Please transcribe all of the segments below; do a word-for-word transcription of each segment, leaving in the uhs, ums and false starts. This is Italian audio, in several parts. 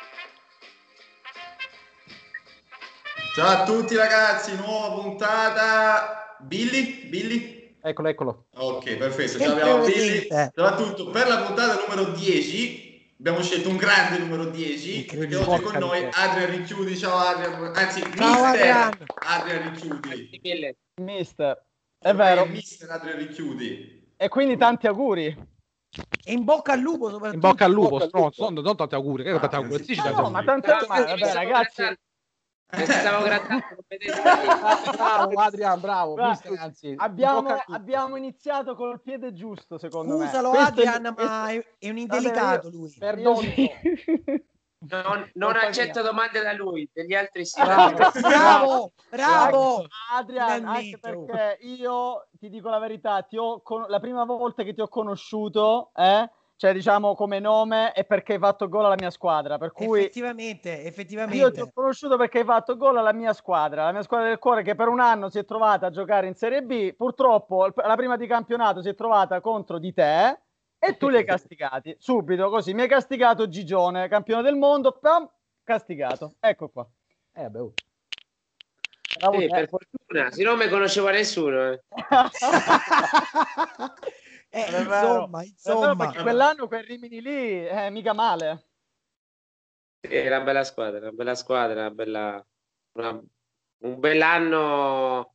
Ciao a tutti ragazzi, nuova puntata. Billy? Billy? Eccolo, eccolo. Ok, perfetto. Ciao, abbiamo Billy. Ciao a tutti. Per la puntata numero dieci abbiamo scelto un grande numero dieci perché oggi è con noi Adrian Ricciuti. Ciao Adrian, anzi Ciao, mister Adrian. Adrian Ricciuti. Mister, è vero. Mister Adrian Ricciuti. E quindi tanti auguri. E in bocca al lupo soprattutto. In bocca al lupo, stronzo, non, non tanti auguri, che Ah, tanti auguri, sì, sì, tanti no, auguri. ma tanti No, auguri. ma vabbè, ragazzi, mi stavo grattando, non vedete. Bravo Adrian, bravo, Bra- mister, anzi, Abbiamo, abbiamo iniziato col piede giusto, secondo Scusalo me. Questo Adrian, è- ma è, è un indelicato lui. Perdono. Non, non accetto domande da lui, degli altri sì. Bravo. Bravo, bravo. Adrian, anche Finalmente, oh. perché io ti dico la verità, ti ho con- la prima volta che ti ho conosciuto, eh, cioè diciamo come nome, è perché hai fatto gol alla mia squadra, per cui Effettivamente, io ti ho effettivamente. conosciuto perché hai fatto gol alla mia squadra, la mia squadra del cuore che per un anno si è trovata a giocare in Serie B, purtroppo al- alla prima di campionato si è trovata contro di te e tu li hai castigati, subito così, mi hai castigato Gigione, campione del mondo, pam, castigato, ecco qua. Eh, beh, oh. Bravo Sì, te. per fortuna, se no mi conosceva nessuno. Eh. Eh, È vero. insomma, È vero, insomma. perché quell'anno quel Rimini lì, eh, mica male. Sì, era una bella squadra, una bella squadra, una bella, una- un bell'anno.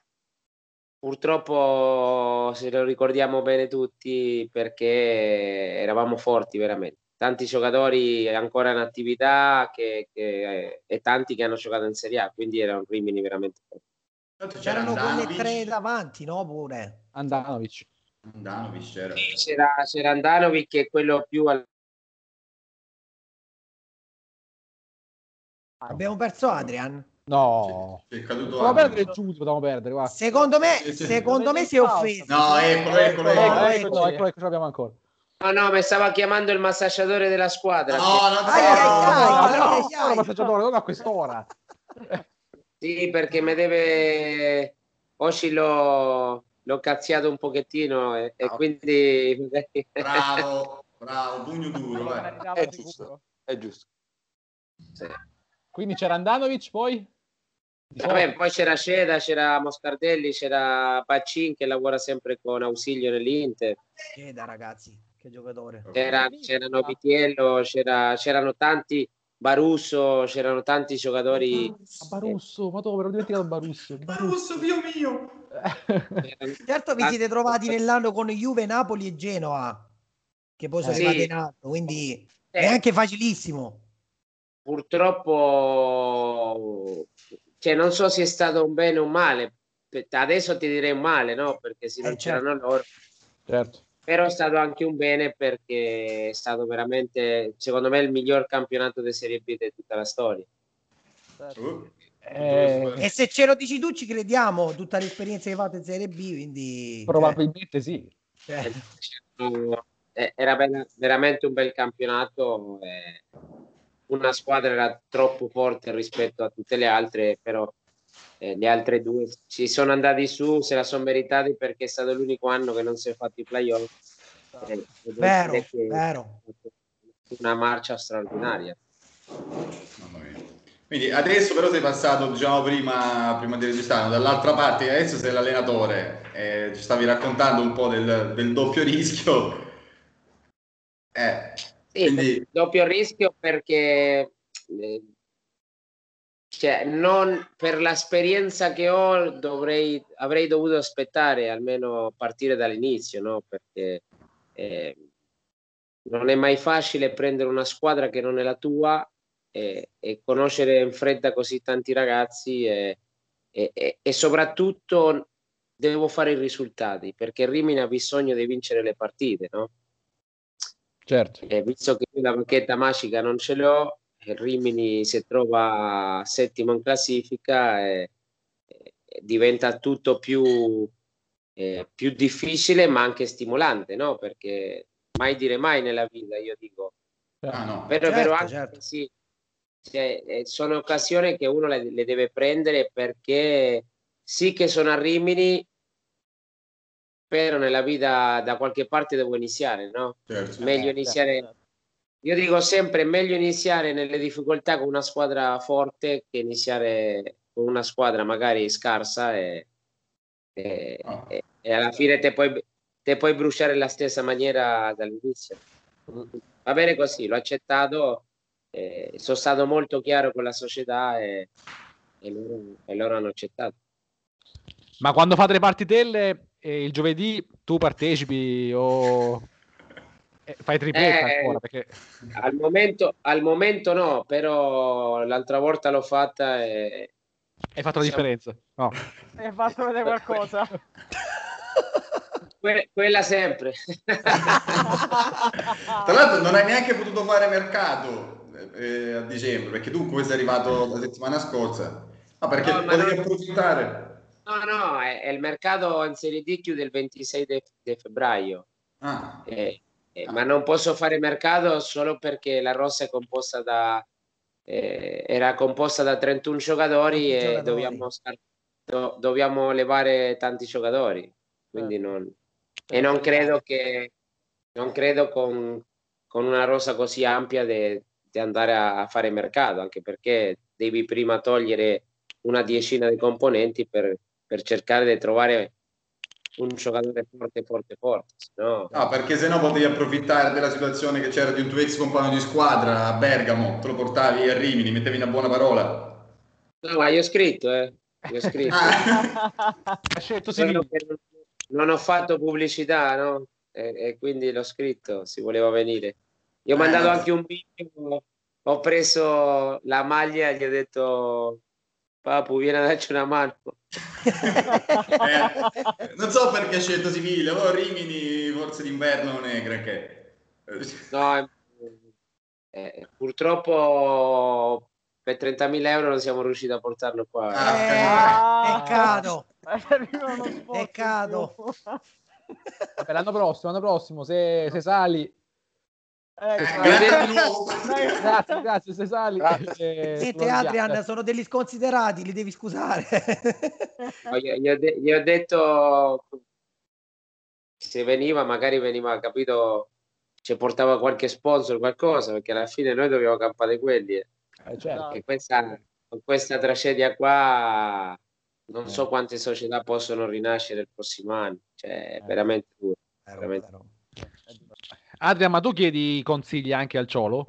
Purtroppo se lo ricordiamo bene tutti perché eravamo forti veramente. Tanti giocatori ancora in attività che, che- e tanti che hanno giocato in Serie A, quindi era un Rimini veramente forte. Tanto c'era C'erano quelle Andanovic. tre davanti, no? Pure. Andanovic. Andanovic c'era. C'era, c'era Andanovic che è quello più al... Abbiamo perso Adrian. No. C'è caduto Potevamo Adrian. perdere Giuti, potevamo perdere, guarda. Secondo me, Sì, sì. secondo me si è Pausa. offeso. No, eccolo, eccolo, Eccolo, eccolo. eccoci. No, eccolo, ecco, ce l'abbiamo ancora. No, no, mi stava chiamando il massaggiatore della squadra. No, che- non Ai, ai, ai, no, ai, no, ai, no. ai, ai. No, massaggiatore, non a quest'ora. Sì, perché mi deve... Oggi l'ho, l'ho cazziato un pochettino e, e Ah, ok. quindi... Bravo, bravo, pugno duro, vai. Arrivava È sicuro. giusto, è giusto. Sì. Quindi c'era Andanovic, poi? Vabbè, poi c'era Sceda, c'era Moscardelli, c'era Paccin che lavora sempre con Ausilio nell'Inter, Ceda, ragazzi, che giocatore. c'era, c'erano Vitiello, c'era, c'erano tanti, Barusso, c'erano tanti giocatori. Ah, Barusso, ma dove ero dimenticato Barusso. Barusso, Dio mio. c'erano Certo vi tanti- siete trovati nell'anno con Juve, Napoli e Genoa, che poi sono Eh. arrivati Sì. in alto, quindi Eh, neanche facilissimo. Purtroppo, cioè, non so se è stato un bene o un male. Adesso ti direi un male, no? Perché se non Eh, certo. c'erano loro. Certo. Però è stato anche un bene perché è stato veramente, secondo me, il miglior campionato di Serie B di tutta la storia. Uh, Eh, E se ce lo dici tu ci crediamo, tutta l'esperienza che hai fatto in Serie B, quindi... probabilmente sì. cioè, Eh, Era ben- veramente un bel campionato. eh, Una squadra era troppo forte rispetto a tutte le altre, però eh, le altre due ci sono andati su, se la sono meritati perché è stato l'unico anno che non si è fatto i playoff. Eh, e devo Vero, dire che vero. è una marcia straordinaria. Mamma mia. Quindi adesso però sei passato, diciamo prima, prima di registrare, dall'altra parte, adesso sei l'allenatore, eh, ci stavi raccontando un po' del, del doppio rischio. Eh, Sì, quindi doppio rischio perché eh, cioè, non per l'esperienza che ho dovrei, avrei dovuto aspettare almeno partire dall'inizio, no? Perché eh, non è mai facile prendere una squadra che non è la tua e, e conoscere in fretta così tanti ragazzi e, e, e, e soprattutto devo fare i risultati perché Rimini ha bisogno di vincere le partite, no? Certo. E visto che io la bacchetta magica non ce l'ho, il Rimini si trova settimo in classifica e, e diventa tutto più, eh, più difficile ma anche stimolante, no? Perché mai dire mai nella vita, io dico. ah, no. Però è Certo, vero anche certo. che sì, cioè, eh, sono occasioni che uno le, le deve prendere perché sì che sono a Rimini, però nella vita da qualche parte devo iniziare, no? Certo. Meglio Eh, iniziare certo. io dico sempre è meglio iniziare nelle difficoltà con una squadra forte che iniziare con una squadra magari scarsa e, e, No. e, e alla fine te puoi, te puoi bruciare alla stessa maniera dall'inizio. Va bene così, l'ho accettato, eh, sono stato molto chiaro con la società e, e, loro, e loro hanno accettato. Ma quando fate le partitelle eh, il giovedì tu partecipi o eh, fai tripletta Eh, ancora? Perché... al momento, al momento no, però l'altra volta l'ho fatta e Hai fatto la siamo- differenza? No. Hai fatto vedere qualcosa? Que- quella sempre. Tra l'altro non hai neanche potuto fare mercato eh, a dicembre, perché tu come sei arrivato la settimana scorsa. Ah, perché No, ma potevi non- approfittare. No, no, è, è il mercato in Serie D chiude il ventisei di febbraio, Ah, eh, eh, ma non posso fare mercato solo perché la rossa è composta da, eh, era composta da trentuno giocatori Tanti e giocatori. dobbiamo, scar- do- dobbiamo levare tanti giocatori, quindi Certo. non, e non credo che non credo con, con una rosa così ampia di andare a, a fare mercato, anche perché devi prima togliere una decina di componenti per, per cercare di trovare un giocatore forte, forte, forte. No, no, perché sennò potevi approfittare della situazione che c'era di un tuo ex compagno di squadra a Bergamo, te lo portavi a Rimini, mettevi una buona parola. no, ma io ho scritto, eh. Io ho scritto. Ah. Ha scelto Solo Siviglia. che non, non ho fatto pubblicità, no? E, e quindi l'ho scritto, si voleva venire. Io ho Eh, mandato no. anche un video, ho preso la maglia e gli ho detto, Papu, vieni a darci una mano. Eh, non so perché ha scelto Siviglia, però Rimini forse d'inverno non è granché. No, eh, eh, purtroppo per trentamila euro non siamo riusciti a portarlo qua. Ah, Eh, peccato. Serviva uno sforzo in Peccato. più. Vabbè, l'anno prossimo, l'anno prossimo, se, se sali... Ecco. Eh, grazie di nuovo. Grazie, grazie, se sali... Grazie. eh, Niente, lo Adrian, inviamo. sono degli sconsiderati, li devi scusare. No, Gli, gli ho de- gli ho detto se veniva, magari veniva, capito, ci portava qualche sponsor, qualcosa, perché alla fine noi dobbiamo campare quelli. eh. Eh, certo. E questa, con questa tragedia qua non Eh. so quante società possono rinascere il prossimo anno, cioè è Eh. veramente duro. Vero, veramente. vero. Adrian, ma tu chiedi consigli anche al Ciolo?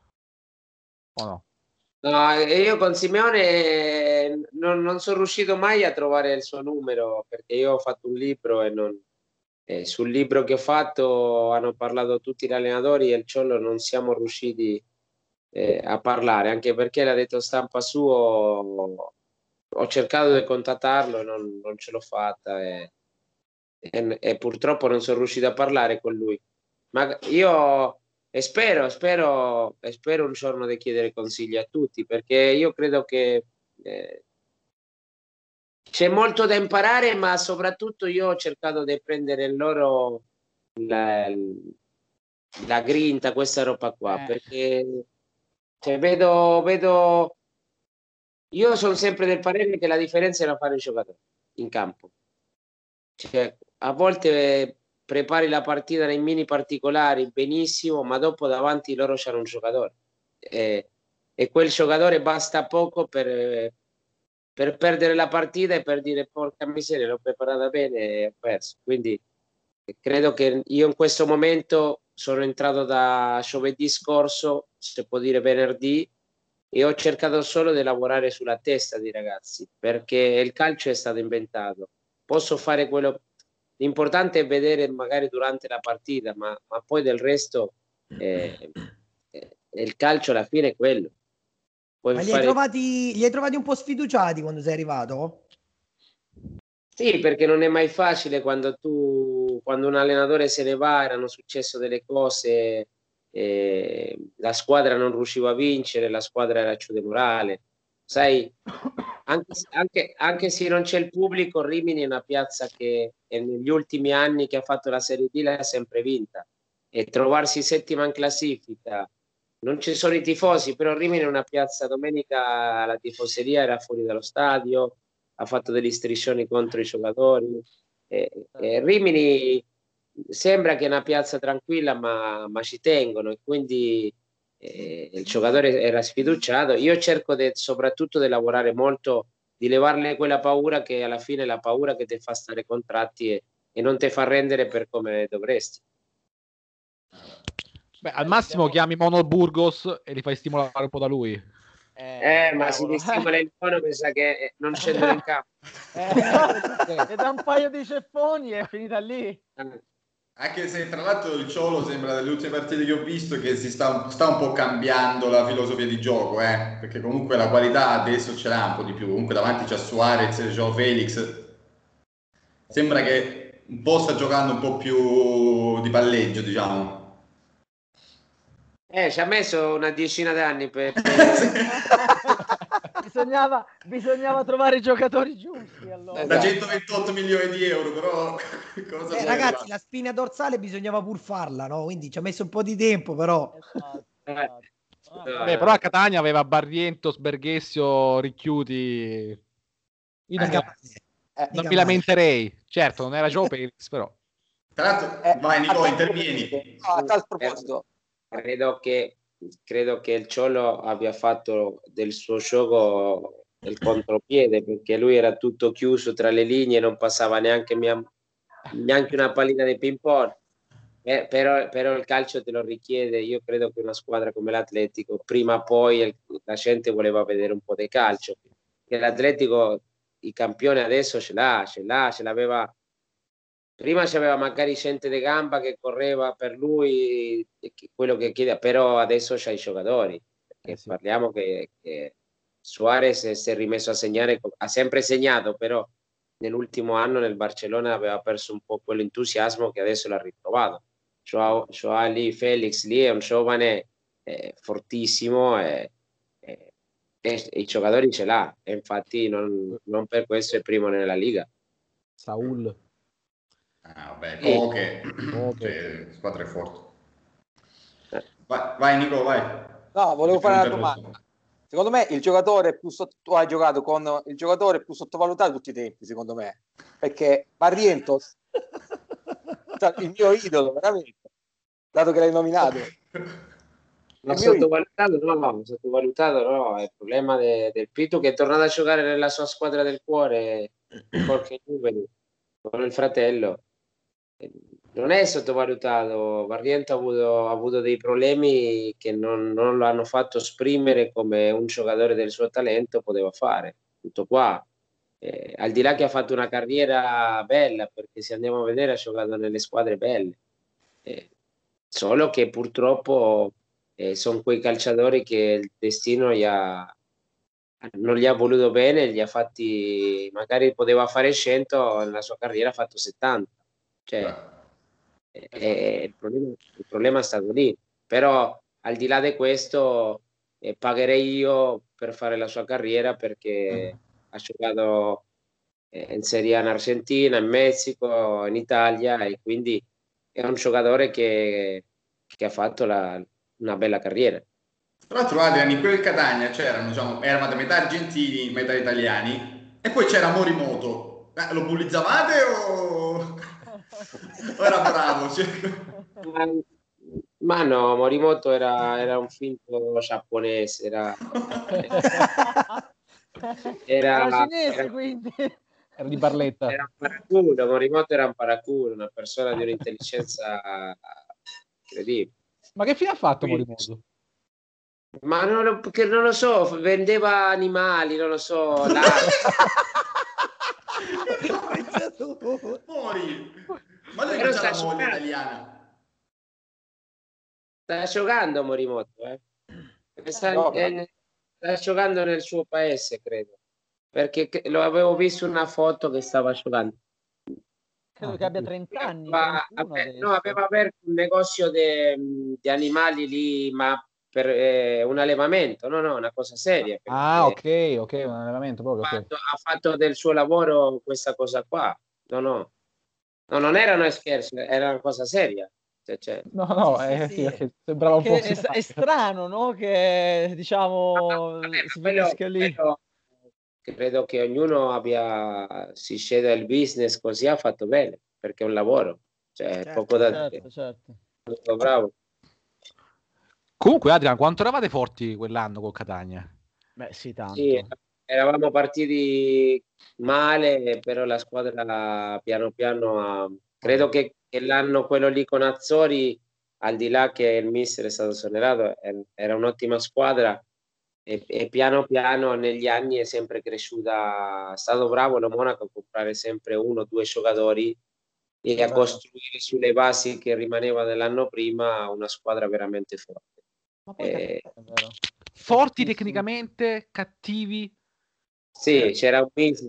O no? No, e io con Simeone non, non sono riuscito mai a trovare il suo numero perché io ho fatto un libro e non, eh, sul libro che ho fatto hanno parlato tutti gli allenatori e il Ciolo non siamo riusciti eh, a parlare, anche perché l'ha detto stampa suo, ho cercato di contattarlo e non, non ce l'ho fatta e, e, e purtroppo non sono riuscito a parlare con lui. Ma io e spero, spero, e spero un giorno di chiedere consigli a tutti, perché io credo che eh, c'è molto da imparare, ma soprattutto io ho cercato di prendere in loro la, la grinta, questa roba qua, Eh. perché cioè, vedo, vedo, io sono sempre del parere che la differenza è la fare il giocatore in campo. Cioè, a volte prepari la partita nei mini particolari benissimo, ma dopo davanti loro c'hanno un giocatore e, e quel giocatore basta poco per, per perdere la partita e per dire porca miseria, l'ho preparata bene e ho perso. Quindi credo che io in questo momento sono entrato da giovedì scorso, se può dire venerdì, e ho cercato solo di lavorare sulla testa dei ragazzi, perché il calcio è stato inventato. Posso fare quello. L'importante è vedere magari durante la partita, ma, ma poi del resto eh, eh, il calcio alla fine è quello. Puoi Ma li hai, fare... trovati, li hai trovati un po' sfiduciati quando sei arrivato? Sì, perché non è mai facile quando tu, quando un allenatore se ne va, erano successe delle cose, eh, la squadra non riusciva a vincere, la squadra era giù di morale. Sai, anche, anche, anche se non c'è il pubblico, Rimini è una piazza che negli ultimi anni che ha fatto la Serie D l'ha sempre vinta e trovarsi settima in classifica. Non ci sono i tifosi, però Rimini è una piazza, domenica la tifoseria era fuori dallo stadio, ha fatto degli striscioni contro i giocatori. E, e Rimini sembra che è una piazza tranquilla, ma, ma ci tengono e quindi eh, il giocatore era sfiduciato. Io cerco de, soprattutto di lavorare molto, di levarle quella paura che alla fine è la paura che ti fa stare contratti e, e non ti fa rendere per come dovresti. Beh, al massimo chiami Mono Burgos e li fai stimolare un po' da lui. Eh, eh ma se ti stimola il mono mi sa che non scendono in campo. Eh, e da un paio di ceffoni è finita lì. Anche se tra l'altro il Ciolo sembra dalle ultime partite che ho visto che si sta, sta un po' cambiando la filosofia di gioco, eh? Perché comunque la qualità adesso ce l'ha un po' di più. Comunque davanti c'è Suarez, c'è Felix. Sembra che un po' sta giocando un po' più di palleggio, diciamo. Eh, ci ha messo una decina d'anni per... per... bisognava, bisognava trovare i giocatori giusti allora. Da centoventotto milioni di euro, però cosa eh, ragazzi, la spina dorsale bisognava pur farla, no? Quindi ci ha messo un po' di tempo, però. Esatto, esatto. Ah, Beh, però a Catania aveva Barrientos, Berghessio, Ricchiuti. Io non, Eh, mi, non mi lamenterei. Certo, non era Joe Felix, però. Tra l'altro, eh, vai Nico, intervieni. No, a tal proposito. Credo che, credo che il Ciolo abbia fatto del suo gioco il contropiede, perché lui era tutto chiuso tra le linee, non passava neanche, mia, neanche una pallina di ping pong. Eh, però, però il calcio te lo richiede. Io credo che una squadra come l'Atletico prima o poi la gente voleva vedere un po' di calcio, che l'Atletico i campioni adesso ce l'ha, ce l'ha, ce l'aveva. Prima c'aveva magari gente di gamba che correva per lui, quello che chiede, però adesso c'ha i giocatori. Perché eh sì. Parliamo che, che Suarez si è rimesso a segnare, ha sempre segnato, però nell'ultimo anno nel Barcellona aveva perso un po' quell'entusiasmo che adesso l'ha ritrovato. C'ha lì Felix, lì è un giovane eh, fortissimo e, e, e i giocatori ce l'ha, e infatti non, non per questo è primo nella Liga. Saul. Ah, vabbè, Coche, okay. Cioè, squadre forti. Vai, vai Nico, vai. No, volevo fare una domanda. Secondo me il giocatore più sotto... tu hai giocato con il giocatore più sottovalutato di tutti i tempi, secondo me, perché Barrientos, il mio idolo, veramente, dato che l'hai nominato. Non sottovalutato, no, no, sottovalutato no, è il problema de, del Pitu che è tornato a giocare nella sua squadra del cuore, Jorge Newbery, con il fratello. Non è sottovalutato. Barrientos ha avuto, ha avuto dei problemi che non, non lo hanno fatto esprimere come un giocatore del suo talento poteva fare. Tutto qua. Eh, al di là che ha fatto una carriera bella, perché se andiamo a vedere ha giocato nelle squadre belle. Eh, solo che purtroppo eh, sono quei calciatori che il destino gli ha, non gli ha voluto bene, gli ha fatti, magari poteva fare cento, nella sua carriera ha fatto settanta. Cioè, eh, il, problema, il problema è stato lì. Però al di là di questo eh, pagherei io per fare la sua carriera, perché ha giocato eh, in Serie A in Argentina, in Messico, in Italia, e quindi è un giocatore che, che ha fatto la, una bella carriera. Tra l'altro Adrian, in quel Catania c'erano, diciamo, eravate metà argentini, metà italiani, e poi c'era Morimoto. Eh, lo bullizzavate o... o era bravo? Cioè... Ma, ma no, Morimoto era, era un finto giapponese, era... era, era cinese, era, quindi... Era di Barletta. Era un paraculo, Morimoto era un paraculo, una persona di un'intelligenza incredibile. Ma che fine ha fatto Morimoto? Ma non lo, perché non lo so, vendeva animali, non lo so. La... Mori. Ma lui non c'ha la moglie italiana. Sta giocando Morimoto, eh. Sta, no, eh, sta giocando nel suo paese, credo. Perché lo avevo visto una foto che stava giocando. Credo che abbia trenta anni. Ma, vabbè, no, aveva aperto un negozio di animali lì, ma per eh, un allevamento, no, no, una cosa seria. Ah, ok, ok, un allevamento proprio. Ha fatto, okay. ha fatto del suo lavoro questa cosa qua. No, no, no, non era uno scherzo, era una cosa seria. Cioè, cioè. No, no, sì, eh, sì, sì, sembrava un po' è, è strano, no? Che diciamo Vabbè, si quello, finisca lì. quello, credo che ognuno abbia, si sceda il business così, ha fatto bene, perché è un lavoro. Cioè, certo, poco da certo, dire. certo. Molto bravo. Comunque, Adrian, quanto eravate forti quell'anno con Catania? Beh, sì, tanto. Sì, eravamo partiti male, però la squadra piano piano ha... credo che, che l'anno quello lì con Azzori, al di là che il mister è stato esonerato, era un'ottima squadra e, e piano piano negli anni è sempre cresciuta. È stato bravo lo Monaco a comprare sempre uno o due giocatori e a Bello. costruire sulle basi che rimaneva dell'anno prima una squadra veramente forte. Ma poi Eh, è vero. Forti Fortissimi. tecnicamente, cattivi. Sì, c'era un mix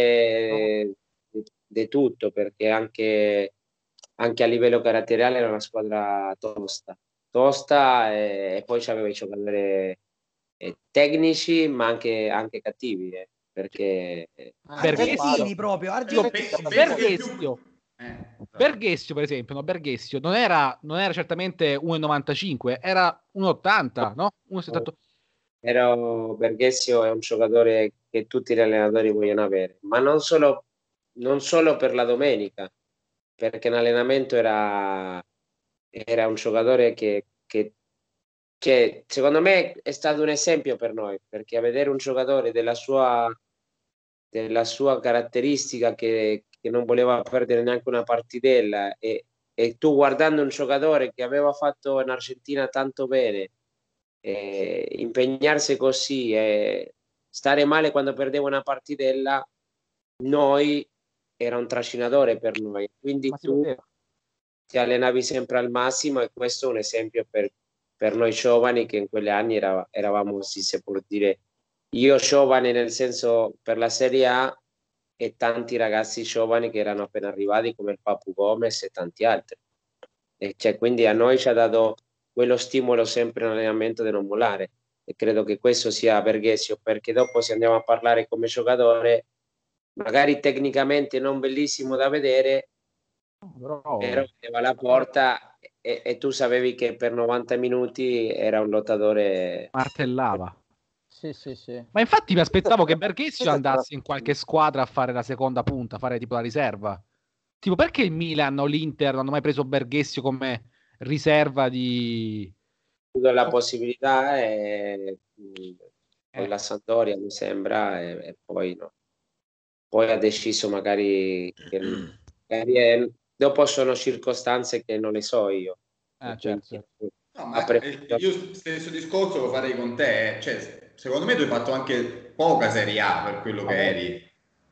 di tutto, perché anche, anche a livello caratteriale era una squadra tosta, tosta e, e poi c'aveva i giocatori eh, tecnici, ma anche, anche cattivi, eh, perché eh, Argentini proprio, Io argentini. pe- penso che il più... Berghessio. Eh, Berghessio, per esempio, no? Berghessio non era, non era certamente uno virgola novantacinque, era uno virgola ottanta, no? uno virgola settanta. però Berghessio è un giocatore che tutti gli allenatori vogliono avere, ma non solo, non solo per la domenica, perché in allenamento era, era un giocatore che, che, che secondo me è stato un esempio per noi, perché a vedere un giocatore della sua, della sua caratteristica che, che non voleva perdere neanche una partitella e, e tu guardando un giocatore che aveva fatto in Argentina tanto bene, eh, impegnarsi così e stare male quando perdeva una partitella, noi era un trascinatore per noi, quindi Ma si tu poteva. ti allenavi sempre al massimo e questo è un esempio per, per noi giovani che in quegli anni era, eravamo, si si può dire, io giovane nel senso per la Serie A e tanti ragazzi giovani che erano appena arrivati come il Papu Gomez e tanti altri. E cioè, quindi a noi ci ha dato quello stimolo sempre in allenamento di non mollare e credo che questo sia Berghessio, perché dopo se andiamo a parlare come giocatore magari tecnicamente non bellissimo da vedere, Però però vedeva la porta e, e tu sapevi che per novanta minuti era un lottatore. martellava. Sì, sì, sì. Ma infatti mi aspettavo che Berghessio Questa è andasse stata- in qualche squadra a fare la seconda punta, a fare tipo la riserva. Tipo, perché il Milan o l'Inter non hanno mai preso Berghessio come riserva di... La possibilità e, mh, con Eh, la Sampdoria mi sembra e, e poi no. Poi ha deciso magari che magari è- dopo sono circostanze che non le so io eh, e quindi certo. no, ha ma eh, preferito. io stesso discorso lo farei con te. eh. Cioè, secondo me tu hai fatto anche poca Serie A per quello che eri.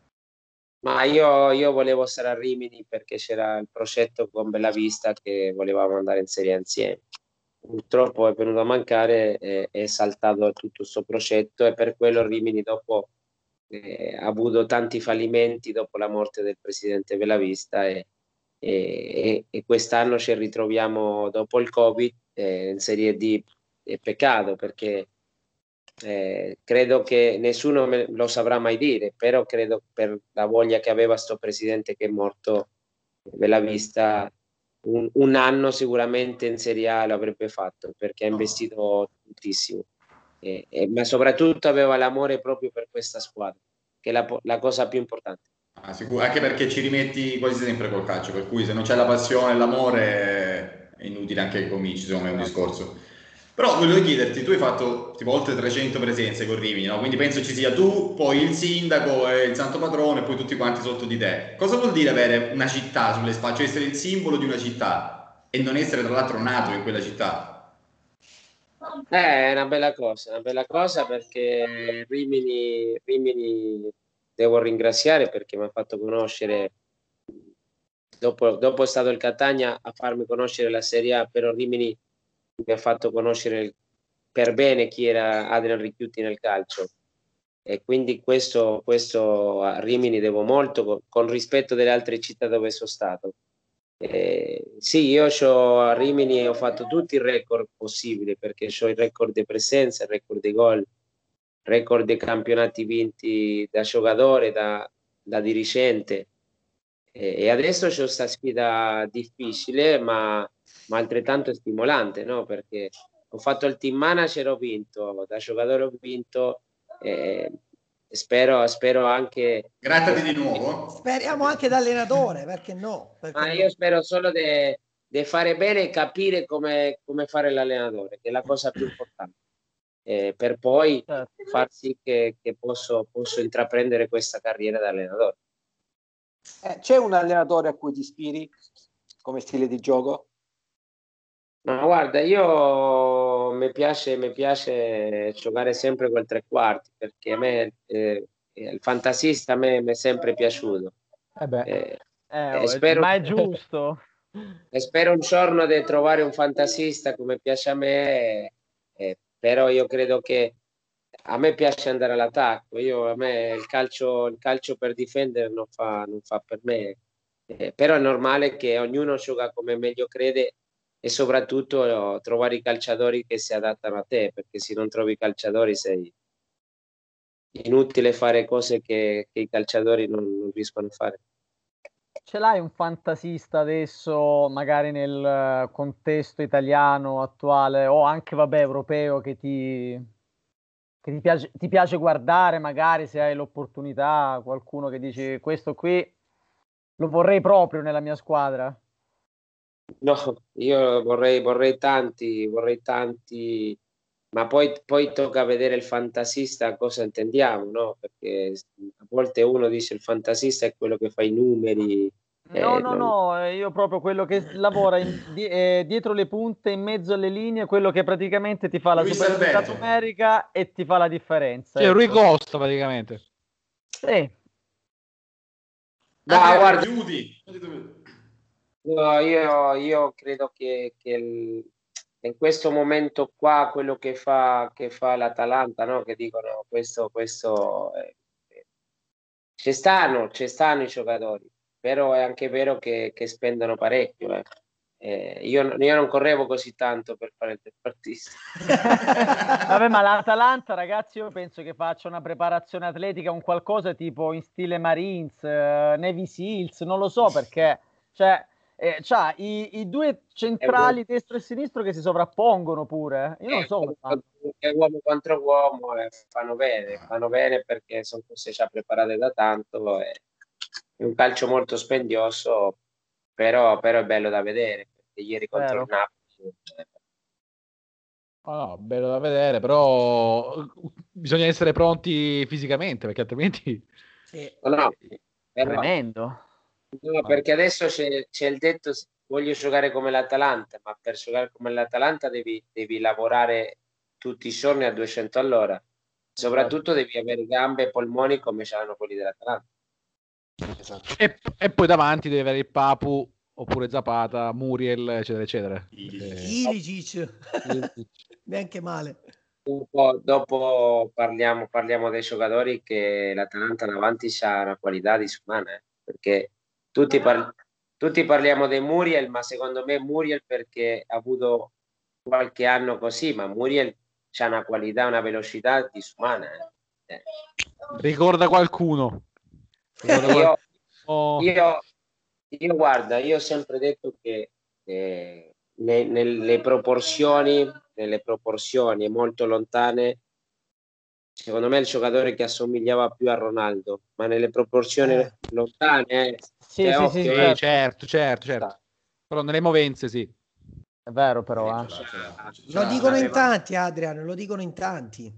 Ma io, io volevo stare a Rimini perché c'era il progetto con Bellavista che volevamo andare in Serie A insieme. Purtroppo è venuto a mancare, e è saltato tutto questo progetto e per quello Rimini dopo eh, ha avuto tanti fallimenti dopo la morte del presidente Bellavista e, e, e quest'anno ci ritroviamo dopo il Covid eh, in Serie D. È peccato perché eh, credo che nessuno me lo saprà mai dire, però credo per la voglia che aveva sto presidente che è morto, Bellavista, un, un anno sicuramente in Serie A lo avrebbe fatto perché ha No. investito tantissimo, eh, eh, ma soprattutto aveva l'amore proprio per questa squadra, che è la, la cosa più importante. Ah, sicuro, anche perché ci rimetti quasi sempre col calcio, per cui se non c'è la passione e l'amore è inutile anche che cominci, secondo me è un discorso. Però volevo chiederti, tu hai fatto tipo oltre trecento presenze con Rimini, no? Quindi penso ci sia tu, poi il sindaco e il santo patrono e poi tutti quanti sotto di te. Cosa vuol dire avere una città sulle spalle, cioè essere il simbolo di una città e non essere tra l'altro nato in quella città? Eh, è una bella cosa, una bella cosa perché Rimini, Rimini devo ringraziare perché mi ha fatto conoscere, dopo, dopo è stato il Catania a farmi conoscere la Serie A, però Rimini mi ha fatto conoscere per bene chi era Adrian Ricchiuti nel calcio e quindi questo, questo a Rimini devo molto con, con rispetto delle altre città dove sono stato. Eh, sì, io c'ho, a Rimini ho fatto tutti i record possibili perché ho il record di presenza, il record di gol, record dei campionati vinti da giocatore, da, da dirigente. Eh, e adesso c'è questa sfida difficile, ma, ma altrettanto stimolante, no? Perché ho fatto il team manager, ho vinto, da giocatore ho vinto, eh, spero, spero anche. Grattati di nuovo. Speriamo anche da allenatore, perché no? Perché Ma no? io spero solo di deve fare bene e capire come, come fare l'allenatore, che è la cosa più importante, eh, per poi Certo. far sì che, che posso, posso intraprendere questa carriera da allenatore. Eh, c'è un allenatore a cui ti ispiri come stile di gioco? Ma guarda, io mi piace, mi piace giocare sempre col tre quarti, perché a me eh, il fantasista a me mi è sempre piaciuto. Eh beh. Eh, Eh, e spero, ma è giusto. e spero un giorno di trovare un fantasista come piace a me, eh, però io credo che a me piace andare all'attacco. Io, a me il calcio, il calcio per difendere non fa, non fa per me. Eh, però è normale che ognuno gioca come meglio crede e soprattutto eh, trovare i calciatori che si adattano a te, perché se non trovi i calciatori sei inutile fare cose che, che i calciatori non, non riescono a fare. Ce l'hai un fantasista adesso, magari nel contesto italiano attuale o anche, vabbè, europeo, che ti, che ti piace, ti piace guardare, magari se hai l'opportunità, qualcuno che dici questo qui lo vorrei proprio nella mia squadra? No, io vorrei, vorrei tanti, vorrei tanti, ma poi, poi tocca vedere il fantasista cosa intendiamo, no? Perché a volte uno dice il fantasista è quello che fa i numeri. No, eh, no, non- no, eh, io proprio quello che lavora in- di- eh, dietro le punte, in mezzo alle linee, quello che praticamente ti fa la Luis superiorità Alberto. numerica e ti fa la differenza. Cioè, Rui ecco. Costa praticamente. Sì. Ma Adriano, guarda, chiudi. no, io, io credo che, che il- in questo momento qua quello che fa, che fa l'Atalanta, no? Che dicono questo, questo eh, eh, ci stanno, ci stanno i giocatori, però è anche vero che, che spendono parecchio. eh. Eh, io, io non correvo così tanto per fare il trequartista. Vabbè, ma l'Atalanta, ragazzi, io penso che faccia una preparazione atletica, un qualcosa tipo in stile Marines, eh, Navy Seals, non lo so perché, cioè, eh, c'ha i, i due centrali destro e sinistro che si sovrappongono pure. eh. Io non so come fanno. È uomo contro uomo, eh, fanno bene, fanno bene perché sono cose già preparate da tanto. eh. È un calcio molto spendioso, però, però è bello da vedere. Perché ieri contro il Vero. Napoli. eh, Oh, no, bello da vedere, però bisogna essere pronti fisicamente, perché altrimenti... Sì. No, no, però- Tremendo. no, perché adesso c'è, c'è il detto voglio giocare come l'Atalanta, ma per giocare come l'Atalanta devi, devi lavorare tutti i giorni a duecento all'ora. Soprattutto devi avere gambe e polmoni come c'hanno quelli dell'Atalanta. Esatto. E, e poi davanti devi avere il Papu, oppure Zapata, Muriel, eccetera, eccetera. Eh, Ilicic. Ilicic. Neanche male. Dopo, dopo parliamo, parliamo dei giocatori che l'Atalanta davanti c'ha una qualità disumana, eh, perché tutti, par- tutti parliamo di Muriel, ma secondo me Muriel perché ha avuto qualche anno così, ma Muriel c'ha una qualità, una velocità disumana. eh. Eh. Ricorda qualcuno. Ricorda Io, qualcuno. io, io guarda, io ho sempre detto che eh, ne- nelle proporzioni, nelle proporzioni molto lontane, secondo me è il giocatore che assomigliava più a Ronaldo, ma nelle proporzioni Eh. lontane, eh, Sì, cioè, sì, occhio, sì, Sì, eh, certo, certo, certo. Però nelle movenze sì. È vero però, eh. Lo dicono in tanti, Adrian, lo dicono in tanti.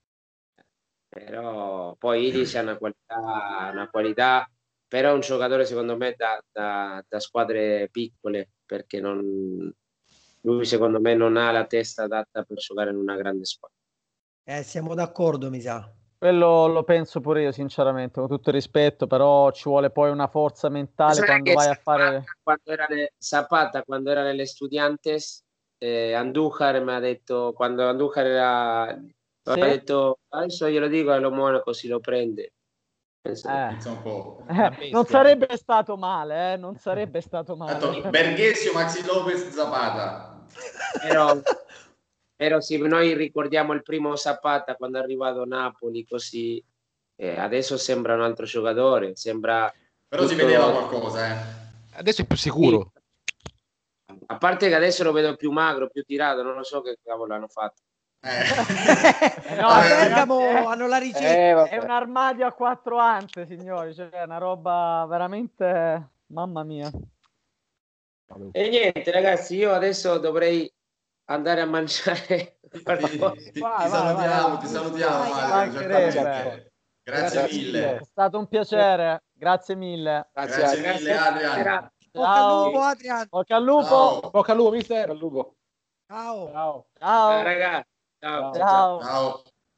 però poi Ili c'ha una qualità, una qualità, però è un giocatore secondo me da, da, da squadre piccole, perché non, lui secondo me non ha la testa adatta per giocare in una grande squadra. Eh, siamo d'accordo, mi sa. Quello lo penso pure io, sinceramente, con tutto il rispetto, però ci vuole poi una forza mentale Sai quando che vai a Zapata, fare... quando era le, Zapata, quando era nelle Estudiantes, eh, Andújar mi ha detto, quando Andújar era, mi Sì? ha detto, adesso glielo dico a Monaco si lo prende. Pensa te. Eh. Pensa un po'. Una Eh, bestia, non sarebbe stato male, eh? Non sarebbe stato male. Tanto Berghesio, Maxi Lopez, Zapata. Però, però sì, noi ricordiamo il primo Zapata quando è arrivato a Napoli, così eh, adesso sembra un altro giocatore, sembra Però si tutto- vedeva qualcosa, eh. Adesso è più Sì. sicuro. A parte che adesso lo vedo più magro, più tirato, non lo so che cavolo hanno fatto. Eh. No, A Eh, Bergamo ragazzi, hanno la ricetta. Eh, è vabbè. un armadio a quattro ante, signori, cioè è una roba veramente... Mamma mia. E niente, ragazzi, io adesso dovrei andare a mangiare. Ti, ti- Vai, ti vai, salutiamo, vai. ti salutiamo, Vai, Mario, mancherebbe. certamente. Grazie, Grazie mille. È stato un piacere, grazie mille. Grazie, Grazie grazie. mille, Adrian. Bocca al Ciao. lupo, Adrian. Bocca al lupo. Ciao. Bocca al lupo, mister. Al lupo. Ciao. Ciao. Ciao, Ciao. ragazzi. Ciao. Ciao. ciao. Ciao.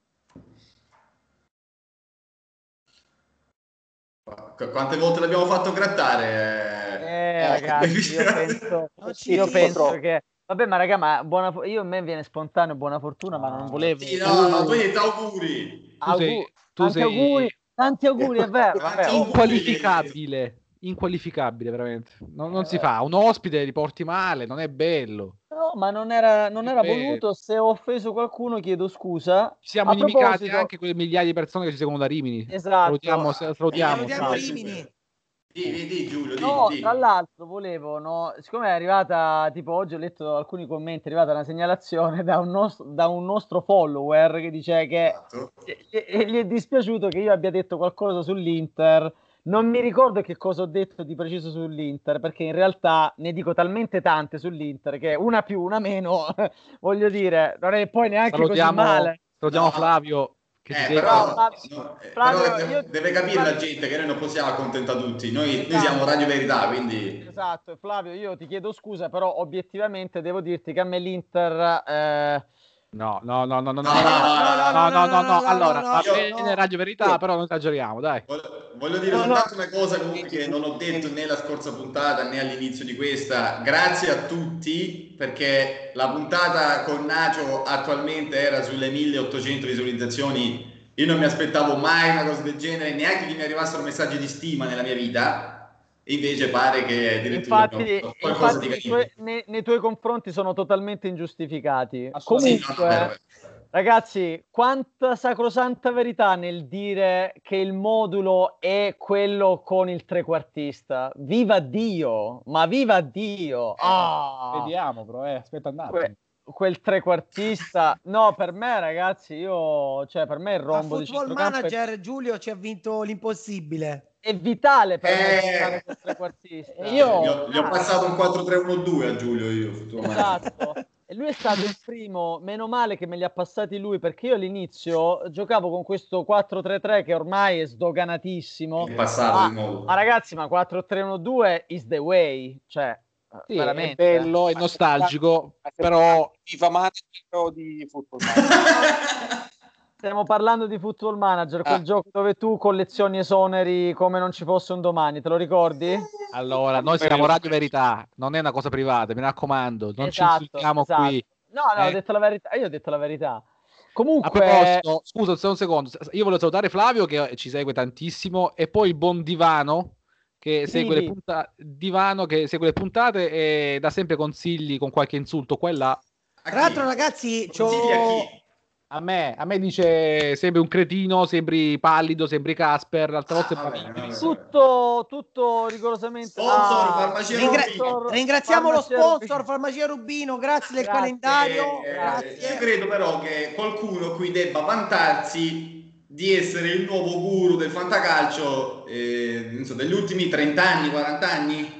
Qu- Quante volte l'abbiamo fatto grattare? Eh, ragazzi, io penso, Non ci io dico penso troppo. che vabbè, ma raga, ma buona fo- io a me viene spontaneo buona fortuna, ma non volevo. Sì, no, no, tu hai detto auguri. Tu sei, Augu- tu tanti sei auguri, tanti auguri, è vero. Vabbè, Tanti oh, auguri. inqualificabile. Inqualificabile, veramente. Non, non si fa. Un ospite li porti male, non è bello. no, ma non era, non era Eh. voluto. Se ho offeso qualcuno, chiedo scusa. Ci siamo A inimicati proposito- anche quelle migliaia di persone che ci seguono da Rimini. Esatto. Salutiamo, salutiamo. Salutiamo ciao. Rimini. Di, di, di, Giulio, di, No, di. tra l'altro volevo, no, siccome è arrivata, tipo oggi ho letto alcuni commenti, è arrivata una segnalazione da un nostro, da un nostro follower che dice che Esatto. e- e gli è dispiaciuto che io abbia detto qualcosa sull'Inter. Non mi ricordo che cosa ho detto di preciso sull'Inter, perché in realtà ne dico talmente tante sull'Inter che una più, una meno, voglio dire, non è poi neanche Salutiamo, così male. salutiamo No. Flavio che ci Eh, segue. però, No, Flavio- no, eh, Flavio, però deve, io- deve capire la gente che noi non possiamo accontentare tutti. Noi, noi Esatto. siamo Radio Verità, quindi Esatto, e Flavio, io ti chiedo scusa, però obiettivamente devo dirti che a me l'Inter... eh, No, no, no, no, no, no, No, no, no, no, no, no. Allora, no, va io- bene Radio Verità, però non esageriamo, dai. voglio, voglio dire No, soltanto una cosa comunque che non ho detto né la scorsa puntata né all'inizio di questa. Grazie a tutti, perché la puntata con Nacio attualmente era sulle milleottocento visualizzazioni. Io non mi aspettavo mai una cosa del genere, neanche che mi arrivassero messaggi di stima nella mia vita. E invece pare che addirittura Infatti, abbiamo fatto qualcosa infatti di nei, carino. tuoi, nei- nei tuoi confronti sono totalmente ingiustificati. Assolutamente. Sì, no, Comunque, no, vero, vero. ragazzi, quanta sacrosanta verità nel dire che il modulo è quello con il trequartista. Viva Dio! Ma viva Dio! Ah! Vediamo, però, eh, aspetta un attimo. Que- quel trequartista, no, per me, ragazzi, io, cioè, per me il A rombo di Football centrocampo è, Manager Giulio ci ha vinto l'impossibile. è vitale per me Eh. giocare col trequartista. E io- Gli ho, gli ho passato un quattro tre uno due a Giulio io. Esatto, e lui è stato il primo, meno male che me li ha passati lui, perché io all'inizio giocavo con questo quattro tre tre che ormai è sdoganatissimo. È passato ma, di nuovo. ma ragazzi, ma quattro tre uno due is the way, cioè Sì, veramente. è bello, è nostalgico, però FIFA Manager o di Football Manager? Stiamo parlando di Football Manager, quel Ah. gioco dove tu collezioni esoneri come non ci fosse un domani, te lo ricordi? allora noi siamo Radio Verità, non è una cosa privata, mi raccomando, non ci Esatto, insultiamo esatto. qui. No, no, ho Eh. detto la verità, io ho detto la verità. A Comunque, proposito, scusa un secondo, io volevo salutare Flavio che ci segue tantissimo e poi il buon Divano che segue le, Divi. punta- Divano che segue le puntate e dà sempre consigli con qualche insulto qua e là. A Tra chi? l'altro, ragazzi, c'ho... Consigli a chi? A me, a me dice sembri un cretino, sembri pallido, sembri Casper, l'altra Ah, volta è vabbè, bravissimo. vabbè. tutto, tutto rigorosamente... Sponsor, Ah, Farmacia Ringra- Rubino. Ringraziamo lo Farmacia sponsor Rubino. Farmacia Rubino, grazie del Grazie. calendario. Eh, grazie. io credo però che qualcuno qui debba vantarsi di essere il nuovo guru del fantacalcio eh, non so, degli ultimi trenta anni, quaranta anni.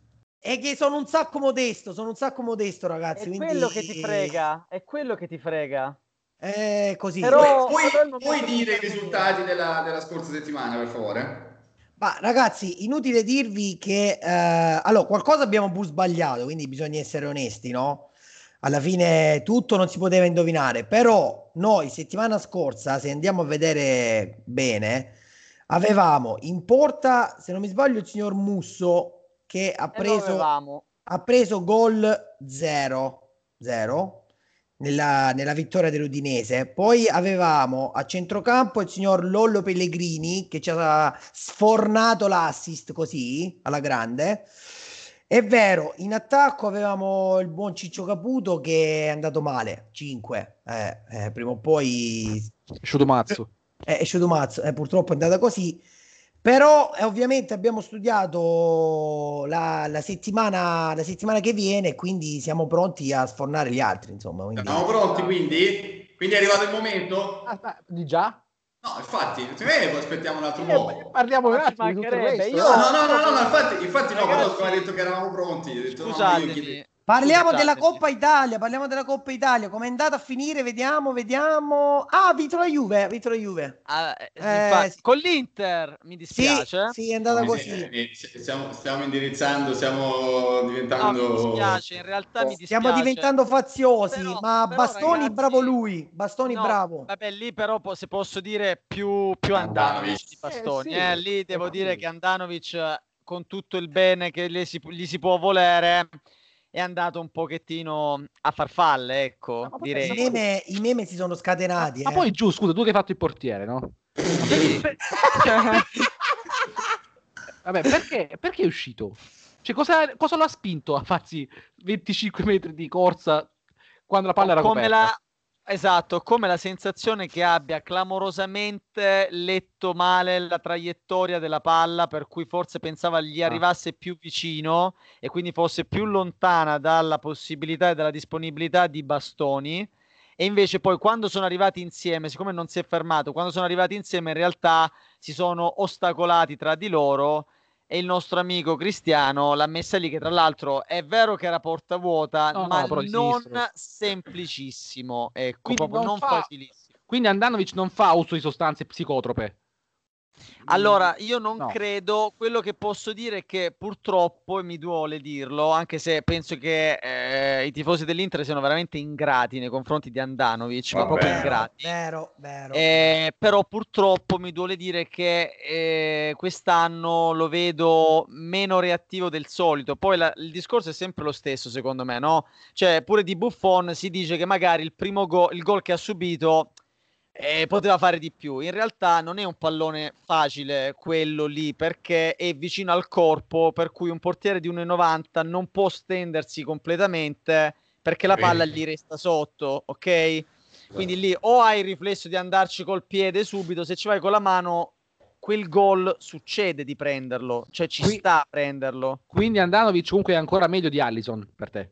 E che sono un sacco modesto, sono un sacco modesto, ragazzi. È quindi... quello che ti frega, è quello che ti frega. Eh, così. Però- Puoi, però il momento puoi di dire i intervenire. risultati della, della scorsa settimana, per favore? Ma ragazzi, inutile dirvi che eh, allora qualcosa abbiamo pur sbagliato, quindi bisogna essere onesti, no? Alla fine tutto non si poteva indovinare, però noi settimana scorsa, se andiamo a vedere bene, avevamo in porta, se non mi sbaglio, il signor Musso che ha E lo preso, avevamo. ha preso gol zero nella, nella vittoria dell'Udinese. Poi avevamo a centrocampo il signor Lollo Pellegrini che ci ha sfornato l'assist così alla grande. È vero, in attacco avevamo il buon Ciccio Caputo che è andato male, cinque, eh, eh, prima o poi Sciudomazzo. eh, è Sciudomazzo, eh, purtroppo è andata così. Però eh, ovviamente abbiamo studiato la, la, settimana, la settimana che viene, quindi siamo pronti a sfornare gli altri, insomma. Quindi... Siamo pronti, quindi? Quindi è arrivato il momento? Ah, ma- di già? No, infatti, secondo me aspettiamo un altro po'. Eh, parliamo un Ma ci attimo di tutto mancherebbe, questo. io- No, no, no, no, no, infatti, infatti no, Ragazzi, però come ha detto che eravamo pronti. Ho detto, no, io Scusatemi. chiedo- Parliamo Scusatemi. della Coppa Italia, parliamo della Coppa Italia, come è andata a finire? Vediamo, vediamo. Ah, ha vinto la Juve, ha vinto la Juve. Ah, eh, Eh, infatti, sì. con l'Inter mi Sì, dispiace. sì, è andata Eh, così. eh, eh, stiamo, stiamo indirizzando, stiamo No, diventando... mi dispiace, in realtà mi dispiace. Stiamo diventando faziosi, Però- ma però, Bastoni ragazzi, bravo lui, Bastoni no, bravo. Vabbè, lì però po- se posso dire più, più Andanovic di Bastoni. Eh, sì, eh, Lì devo eh, dire sì. che Andanovic, eh, con tutto il bene che gli si, gli si può volere, è andato un pochettino a farfalle, ecco, No, vabbè, direi. I meme, I meme si sono scatenati. Ma eh. poi giù, scusa, tu che hai fatto il portiere, no? Ma perché- per- cioè, Vabbè, perché, perché è uscito? Cioè, cosa, cosa l'ha spinto a farsi venticinque metri di corsa quando la palla era come coperta? la, esatto, come la sensazione che abbia clamorosamente letto male la traiettoria della palla, per cui forse pensava gli Ah. arrivasse più vicino e quindi fosse più lontana dalla possibilità e dalla disponibilità di Bastoni. E invece poi quando sono arrivati insieme, siccome non si è fermato, quando sono arrivati insieme in realtà si sono ostacolati tra di loro e il nostro amico Cristiano l'ha messa lì, che tra l'altro è vero che era porta vuota, No, ma no, però di non sinistro. semplicissimo, ecco, Quindi proprio non non fa- facilissimo. Quindi Andanovic non fa uso di sostanze psicotrope. Allora, io non No. credo, quello che posso dire è che purtroppo, e mi duole dirlo, anche se penso che eh, i tifosi dell'Inter siano veramente ingrati nei confronti di Andanovic, ma Vabbè. proprio Vero, ingrati. vero, vero. Eh, però purtroppo mi duole dire che eh, quest'anno lo vedo meno reattivo del solito. Poi la- il discorso è sempre lo stesso, secondo me, no? Cioè, pure di Buffon si dice che magari il primo go- il gol che ha subito eh, poteva fare di più. In realtà non è un pallone facile quello lì, perché è vicino al corpo, per cui un portiere di uno e novanta non può stendersi completamente perché la palla gli resta sotto, ok? Quindi lì o hai il riflesso di andarci col piede subito, se ci vai con la mano, quel gol succede di prenderlo, cioè ci Qui- sta a prenderlo. Quindi Andanovic comunque è ancora meglio di Allison per te.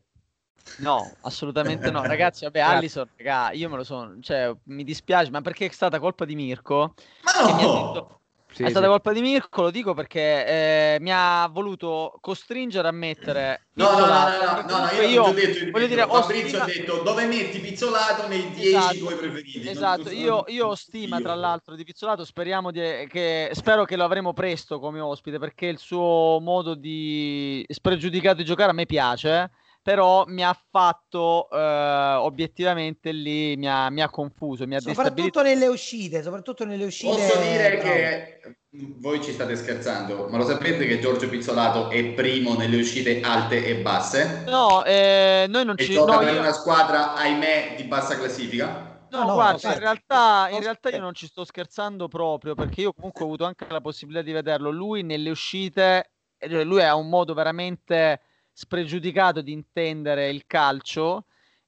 No, assolutamente no. Ragazzi, vabbè, Grazie. Allison, raga, io me lo sono, cioè, mi dispiace, ma perché è stata colpa di Mirko? Ma Che mi ha no! detto- Sì, è stata sì. colpa di Mirko, lo dico perché eh, mi ha voluto costringere a mettere No, no, no, Pizzolato, no, no, che no, no, comunque io non ti ho io, detto, voglio dire, ho Fabrizio stima- ha detto dove metti Pizzolato nei dieci Esatto, tuoi preferiti. Non- esatto. non- Io, io ho stima io. tra l'altro di Pizzolato, speriamo di, che, spero che lo avremo presto come ospite, perché il suo modo di spregiudicato di giocare a me piace, però mi ha fatto eh, obiettivamente lì, mi ha, mi ha confuso, mi ha destabilizzato. Soprattutto nelle uscite, soprattutto nelle uscite. Posso dire bravo. che voi ci state scherzando, ma lo sapete che Giorgio Pizzolato è primo nelle uscite alte e basse? No, eh, noi non E ci... gioca No, per io... una squadra, ahimè, di bassa classifica? No, No, no, guarda, in certo. realtà, in No, realtà io certo. non ci sto scherzando proprio, perché io comunque ho avuto anche la possibilità di vederlo. Lui nelle uscite, eh, lui ha un modo veramente spregiudicato di intendere il calcio,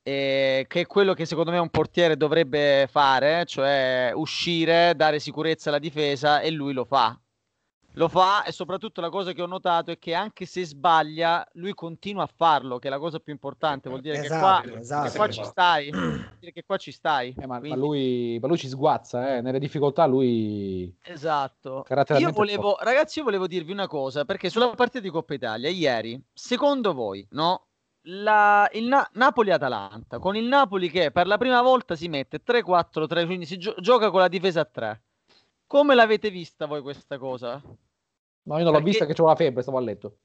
eh, che è quello che secondo me un portiere dovrebbe fare, cioè uscire, dare sicurezza alla difesa, e lui lo fa. Lo fa, e soprattutto la cosa che ho notato è che anche se sbaglia, lui continua a farlo, che è la cosa più importante. Vuol dire Esatto, che qua, esatto. che qua ci stai. Vuol dire che qua ci stai. Eh, ma, ma Quindi- lui, ma lui ci sguazza, eh. Nelle difficoltà lui... Esatto. Io Caratterialmente volevo, ragazzi, io volevo dirvi una cosa, perché sulla partita di Coppa Italia ieri, secondo voi, no? La, il Na- Napoli-Atalanta, con il Napoli che per la prima volta si mette tre quattro tre, quindi si gio- gioca con la difesa a tre. Come l'avete vista voi questa cosa? No, io non l'ho Perché- vista che c'ho la febbre, stavo a letto.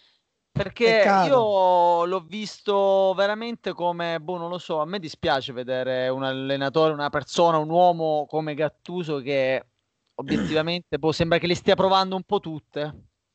Perché Peccato. io l'ho visto veramente come, boh, non lo so, a me dispiace vedere un allenatore, una persona, un uomo come Gattuso che obiettivamente boh, sembra che le stia provando un po' tutte.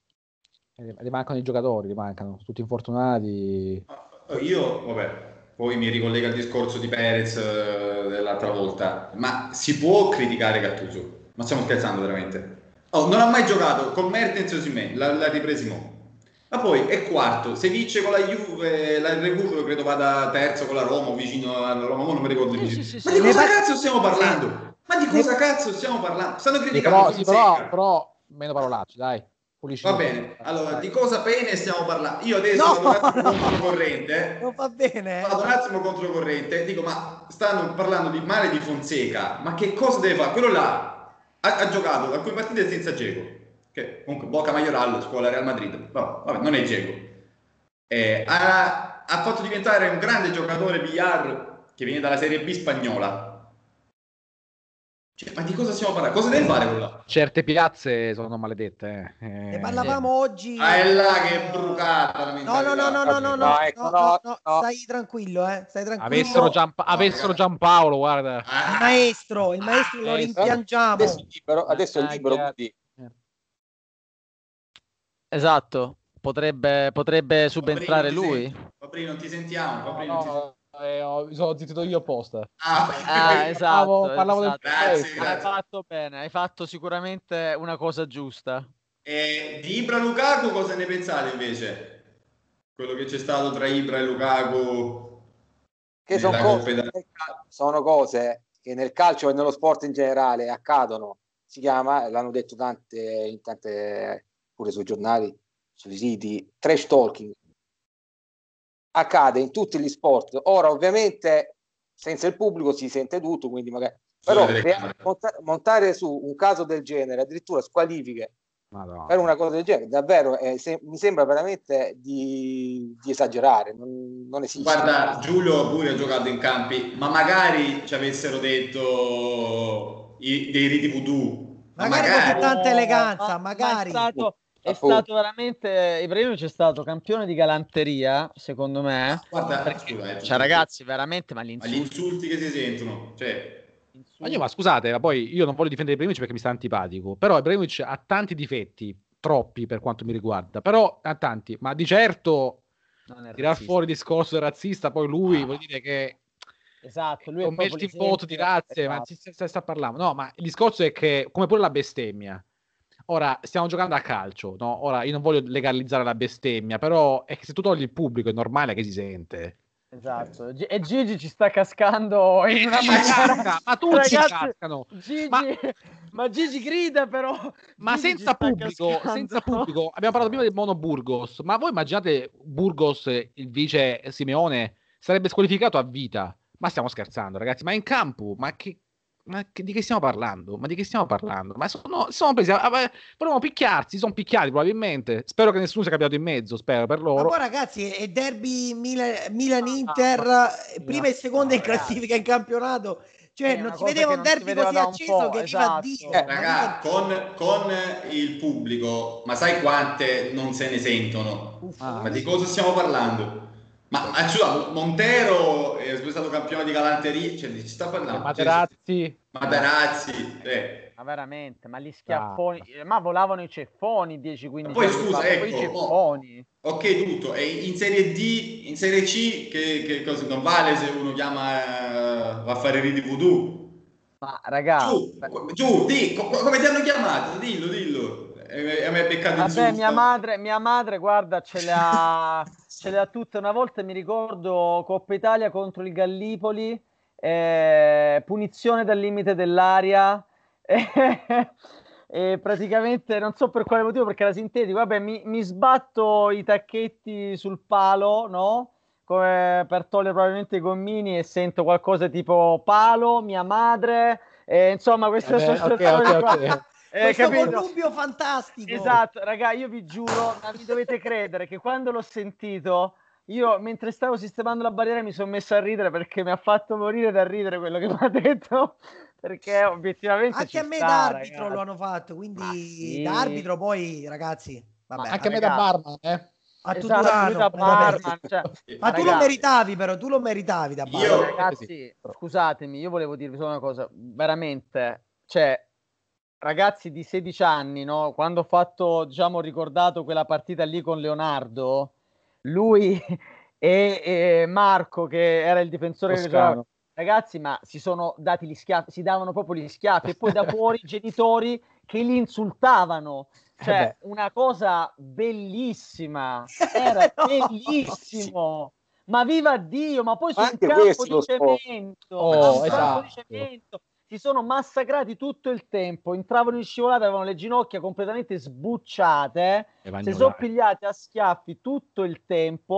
Eh, Gli mancano i giocatori, gli mancano, tutti infortunati. Io, vabbè, poi mi ricollega al discorso di Perez eh, dell'altra volta, ma si può criticare Gattuso? Ma stiamo scherzando veramente? Oh, non ha mai giocato con Mertens e Osimhen, l'ha, l'ha ripresi mo. Ma poi è quarto, se vince con la Juve, la- il recupero credo vada terzo con la Roma, o vicino alla Roma, mo non mi ricordo Sì, di sì, sì, Ma sì. di cosa Ne par- cazzo stiamo parlando? Ma di cosa cazzo stiamo parlando? Stanno Sì, criticando però, sì, però, Fonseca. però meno parolacce, dai. Pulisci Va tutto. bene, allora Dai. di cosa pene stiamo parlando? Io adesso No, vado un attimo no, controcorrente. non va bene. Vado un attimo controcorrente, dico, ma stanno parlando di male di Fonseca, ma che cosa deve fare? Quello là ha, ha giocato alcune partite senza Dzeko, che comunque Boca Majoral, scuola Real Madrid, però vabbè, non è Dzeko. Eh, ha, ha fatto diventare un grande giocatore Villar che viene dalla Serie B spagnola. Cioè, ma di cosa stiamo parlando? Cosa deve fare quella? Certe piazze sono maledette. Eh. Ne parlavamo oggi. Ah, è là che è brucata la No, no, no, no, no, no, no, No, ecco, no, no, no, no, no. stai tranquillo, eh, stai tranquillo. Avessero, Gian, avessero Giampaolo, guarda. Il maestro, il maestro lo Ah, rimpiangiamo. Adesso è libero, adesso è Ah, libero chiaro. quindi. Esatto, potrebbe, potrebbe subentrare Fabri, non ti lui. senti? Fabri, non ti sentiamo. Fabri, non ti No, eh, ho- mi sono zittito io apposta. Ah, Ah, esatto, Parlavo- parlavo del- esatto. Grazie, Hai Hai grazie. fatto bene, hai fatto sicuramente una cosa giusta. E di Ibra Lukaku cosa ne pensate invece? Quello che c'è stato tra Ibra e Lukaku Che sono nella cose, Coppa Italia. sono cose che nel calcio e nello sport in generale accadono. Si chiama, l'hanno detto tante, in tante, pure sui giornali, sui siti, trash talking. Accade in tutti gli sport. Ora, ovviamente, senza il pubblico si sente tutto, quindi magari. Però Sulle telecamere. monta- montare su un caso del genere, addirittura squalifiche Madonna. per una cosa del genere, davvero eh, se- mi sembra veramente di, di esagerare. Non, non esiste. Guarda, Giulio pure ha giocato in campi, ma magari ci avessero detto i- dei riti voodoo. Ma Magari magari. con tanta eleganza, ma- magari. Ma è stato, è Appunto. stato veramente Ibrahimovic è stato campione di galanteria, secondo me. Guarda, Perché, scusa, eh, cioè, ragazzi, veramente, ma ma gli gli insulti, insulti che si sentono, cioè, Ma, io, ma scusate, ma poi io non voglio difendere Ibrahimovic perché mi sta antipatico, però Ibrahimovic ha tanti difetti, troppi per quanto mi riguarda, però ha tanti, ma di certo non è tirar razzista. fuori il discorso razzista, poi lui Ah. vuol dire che Esatto, lui è un proprio melting pot di l'esempio- razze, ma esatto. si sta, sta parlando. No, ma il discorso è che, come pure la bestemmia, ora stiamo giocando a calcio, no? Ora io non voglio legalizzare la bestemmia, però è che se tu togli il pubblico è normale che si sente. Esatto, G- e Gigi ci sta cascando in una Ci maniera. casca, ma tutti Ragazzi, cascano. Gigi, Ma- ma... Gigi grida però. Ma Gigi ci senza sta pubblico, cascando. senza pubblico, abbiamo parlato prima del mono Burgos, ma voi immaginate Burgos, il vice Simeone, sarebbe squalificato a vita? Ma stiamo scherzando, ragazzi, ma in campo, ma che, ma che- di che stiamo parlando? Ma di che stiamo parlando? Ma sono, sono presi, a- a- volevano picchiarsi, sono picchiati probabilmente. Spero che nessuno sia capitato in mezzo, spero per Ma loro. poi ragazzi, è derby Milan- Milan-Inter, ma- eh, prima e seconda in no, ragazzi. classifica in campionato. Cioè, È non una si cosa vedeva che un non si derby vedeva così da un acceso po', che viva esatto. Dio. Eh, ma raga, niente. con, con il pubblico, ma sai quante non se ne sentono? Ah, Ma di cosa stiamo parlando? Ma, ma scusa, Montero è stato campione di galanteria, cioè ci sta parlando? Materazzi, Cioè, Materazzi, eh. Ma veramente, ma gli schiaffoni, ma volavano i ceffoni dieci quindici Ma poi anni scusa, fa, poi i ecco, ceffoni. ok tutto, e in Serie D, in Serie C, che, che cosa non vale se uno chiama, eh, va a fare riti voodoo? Ma raga, Giù, giù, di, co- come ti hanno chiamato? Dillo, dillo. E a me è peccato vabbè, insulto. mia madre, mia madre, guarda, ce le ha, ce le ha tutte. Una volta mi ricordo Coppa Italia contro il Gallipoli, eh, punizione dal limite dell'aria. E, e praticamente non so per quale motivo, perché era sintetico. Vabbè, mi, mi sbatto i tacchetti sul palo, no? Come per togliere probabilmente i gommini, e sento qualcosa tipo palo, mia madre, e insomma, queste Eh beh, associazioni ok, ok, qua. ok. Eh, Questo capito? connubio fantastico. Esatto, raga, io vi giuro, ma mi dovete credere che quando l'ho sentito, io mentre stavo sistemando la barriera mi sono messo a ridere, perché mi ha fatto morire da ridere quello che mi ha detto, perché obiettivamente Anche ci a me sta, da arbitro ragazzi. lo hanno fatto, Ma quindi sì. da arbitro poi ragazzi, vabbè, anche a me raga. da barman, eh. a tu Esatto, lui da Turano, vabbè. barman, cioè, Ma tu lo ragazzi, meritavi però, tu lo meritavi da Io- barman. ragazzi, scusatemi, io volevo dirvi solo una cosa, veramente, cioè, ragazzi di sedici anni, no? Quando ho fatto, diciamo, ho ricordato quella partita lì con Leonardo, lui e, e Marco, che era il difensore che Toscano. giocava, ragazzi, ma si sono dati gli schiaffi, si davano proprio gli schiaffi, e poi da fuori i genitori che li insultavano. Cioè, Eh una cosa bellissima, era No, bellissimo. Ma viva Dio, ma poi su un Anche campo questo di lo sport. cemento, Oh, ma un campo di esatto. cemento, si sono massacrati tutto il tempo, entravano in scivolata, avevano le ginocchia completamente sbocciate, si Evangelari. sono pigliati a schiaffi tutto il tempo,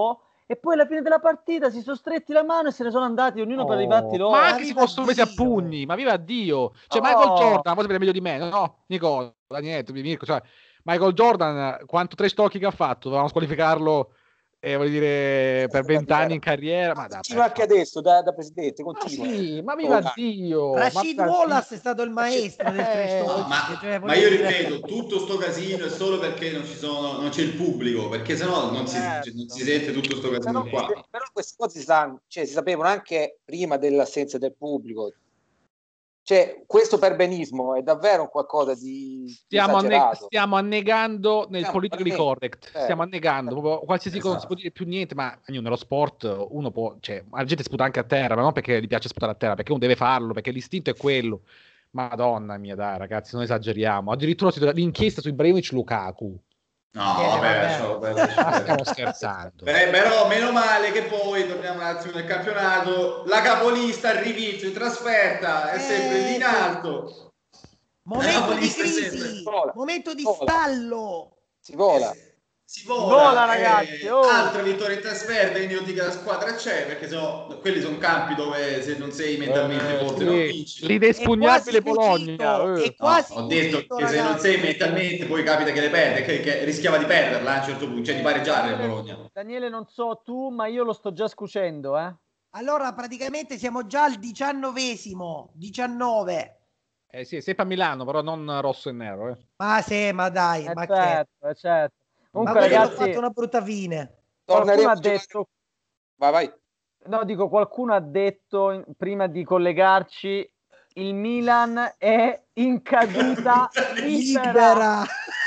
e poi alla fine della partita si sono stretti la mano e se ne sono andati ognuno Oh, per i fatti loro. ma Ma anche si viva possono presi a Dio! pugni, ma viva Dio! Cioè, Oh. Michael Jordan, voi sapete meglio di me, no? Nicola, Daniele, Mirko, cioè, Michael Jordan, quanto trash talking ha fatto? Dovevamo squalificarlo, eh, voglio dire, per vent'anni in carriera. Ma da, continua anche adesso da, da presidente, ma continua. sì, ma viva Oh, Dio! Rashid ma viva Wallace Dio. è stato il maestro del trash Eh, No, talk. ma, Cioè, ma voglio io dire- ripeto, tutto sto casino è solo perché non ci sono, non c'è il pubblico, perché sennò non si, Certo. non si sente tutto sto casino Però, qua. però queste cose si, sanno, cioè, si sapevano anche prima dell'assenza del pubblico. Cioè, questo perbenismo è davvero un qualcosa di, di Stiamo, anne- esagerato. stiamo annegando nel Stiamo politically annegando, correct, eh. stiamo annegando proprio qualsiasi cosa, non si Esatto. può dire più niente, ma ognuno nello sport uno può, cioè, la gente sputa anche a terra, ma non perché gli piace sputare a terra, perché uno deve farlo, perché l'istinto è quello. Madonna mia, dai ragazzi, non esageriamo. Addirittura si- l'inchiesta su Ibrahimovic Lukaku. No, Eh, vabbè, vabbè. lasciamo perdere, lasciamo Ma stiamo perdere. scherzando. Beh, però meno male che poi torniamo un attimo nel campionato, la capolista il Rivizio in trasferta è Eh, sempre lì in sì. alto. Momento di Capolista è crisi, sempre- Vola, momento di vola. stallo. Si vola. Eh, si vola, vola, eh, ragazzi, oh. altra vittoria in trasferta, quindi io dico la squadra c'è, perché sennò quelli sono campi dove se non sei mentalmente Eh, forte sì. non vinci. L'inespugnabile È quasi Bologna. fuggito, eh. è quasi No, ho detto fuggito, che se non ragazzi. sei mentalmente poi capita che le perde, che, che rischiava di perderla a un certo punto, cioè di pareggiare il Daniele, Bologna. Daniele, non so tu, ma io lo sto già scucendo, eh. Allora, praticamente siamo già al diciannovesimo, diciannove. Eh sì, sempre a Milano, però non rosso e nero. Eh. Ma sì, ma dai, Eh ma che? certo, eh certo. Ma Comunque, quelli hanno ragazzi, fatto una brutta fine. qualcuno Torneremo ha a giocare- detto, Vai, vai. no, dico, qualcuno ha detto in- prima di collegarci, il Milan è in caduta libera. Libera.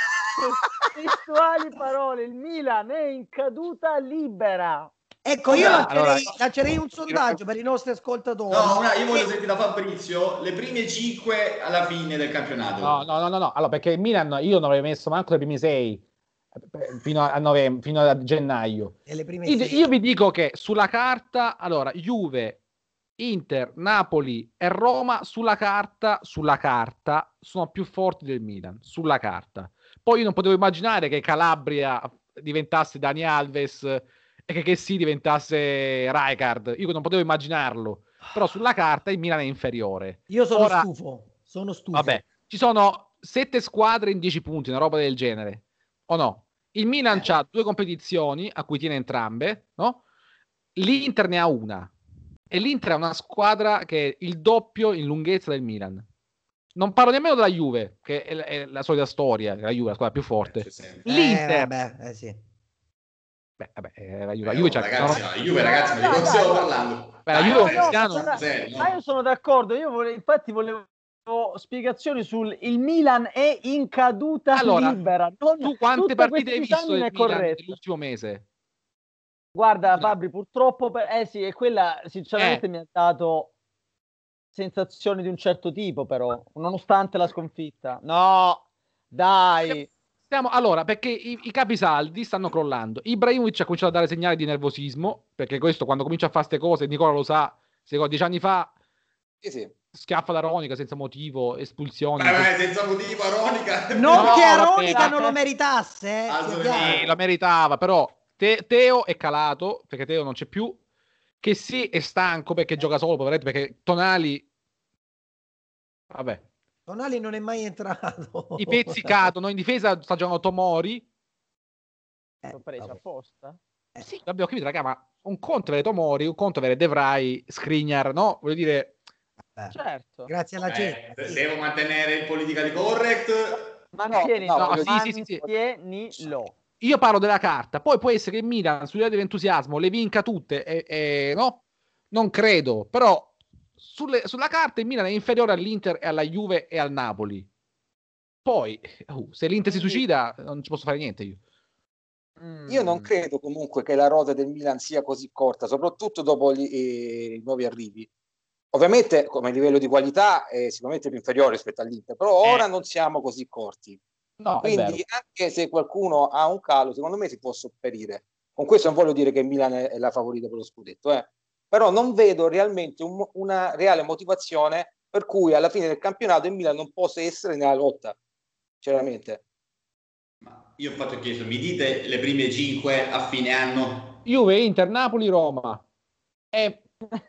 Testuali parole, il Milan è in caduta libera. Ecco, io Allora, lancerei, allora- lancerei un sondaggio per i nostri ascoltatori. No, una, io voglio Eh, sentire da Fabrizio le prime cinque alla fine del campionato. No, no, no, no, no. Allora, perché il Milan io non avrei messo manco le prime sei eh, fino a, novembre, fino a gennaio. nelle prime Io, sei. io vi dico che sulla carta, allora, Juve, Inter, Napoli e Roma sulla carta, sulla carta sono più forti del Milan, sulla carta. Poi io non potevo immaginare che Calabria diventasse Dani Alves e che, che sì diventasse Rijkaard. Io non potevo immaginarlo. Però sulla carta il Milan è inferiore. Io sono Ora, stufo, sono stufo. vabbè, ci sono sette squadre in dieci punti, una roba del genere. O no? Il Milan Eh. ha due competizioni a cui tiene entrambe, no? L'Inter ne ha una. E l'Inter è una squadra che è il doppio in lunghezza del Milan. Non parlo nemmeno della Juve, che è la, è la solita storia, la Juve è la squadra più forte. C'è sempre. Eh, L'Inter, vabbè, eh, sì. beh, vabbè, eh, la Juve, la Eh, Juve oh, c'ha- ragazzi, no, no, Juve, ragazzi, ma di Dai, cosa dai, stiamo dai. parlando? Beh, la Dai, Juve dai, non dai, siano- siamo seri, no? Ah, io sono d'accordo, io volevo, infatti volevo spiegazioni sul il Milan è in caduta Allora, libera. Non, tu quante tutta partite hai questa visto disamina del è Milan corretta. nell'ultimo mese? Guarda, Una. Fabri, purtroppo, per- eh sì, e quella sinceramente Eh. mi ha dato sensazioni di un certo tipo, però, nonostante la sconfitta. No, dai. Stiamo, allora, perché i, i capisaldi stanno crollando. Ibrahimovic ha cominciato a dare segnali di nervosismo, perché questo quando comincia a fare queste cose, Nicola lo sa, se dieci anni fa Sì, sì. schiaffa da Ronica senza motivo, espulsioni. Vai, vai, senza motivo, Aronica. Non No, che vabbè, Aronica ma- non lo meritasse, eh, sia Assolutamente. Sì, chiaro. lo meritava, però Te- Teo è calato, perché Teo non c'è più, che sì è stanco perché gioca solo, poveretto, perché Tonali, vabbè, Tonali non è mai entrato. i pezzi cadono, in difesa sta giocando Tomori. Eh, L'ho preso vabbè. apposta. Eh. Sì, abbiamo capito, raga, ma un conto avere Tomori, un conto avere De Vrij, Skriniar, no? Voglio dire, Eh, Certo. Grazie alla Eh, gente. sì. devo mantenere il politically correct. Mantienilo, no, no, sì, sì, sì, sì. mantienilo. io parlo della carta, poi può essere che il Milan, sull'idea dell'entusiasmo, le vinca tutte, e, e, no? Non credo, però sulle- sulla carta il Milan è inferiore all'Inter e alla Juve e al Napoli. Poi, uh, se l'Inter si Quindi- suicida, non ci posso fare niente io. Io non Mm. credo comunque che la rosa del Milan sia così corta, soprattutto dopo gli, eh, i nuovi arrivi. Ovviamente come livello di qualità è sicuramente più inferiore rispetto all'Inter, però ora Eh. non siamo così corti. No, è vero. Quindi anche se qualcuno ha un calo, secondo me si può sopperire. Con questo non voglio dire che il Milan è, è la favorita per lo scudetto, eh. Però non vedo realmente un- una reale motivazione per cui alla fine del campionato il Milan non possa essere nella lotta, sinceramente. Ma io ho fatto chiesto, mi dite le prime cinque a fine anno? Juve, Inter, Napoli, Roma e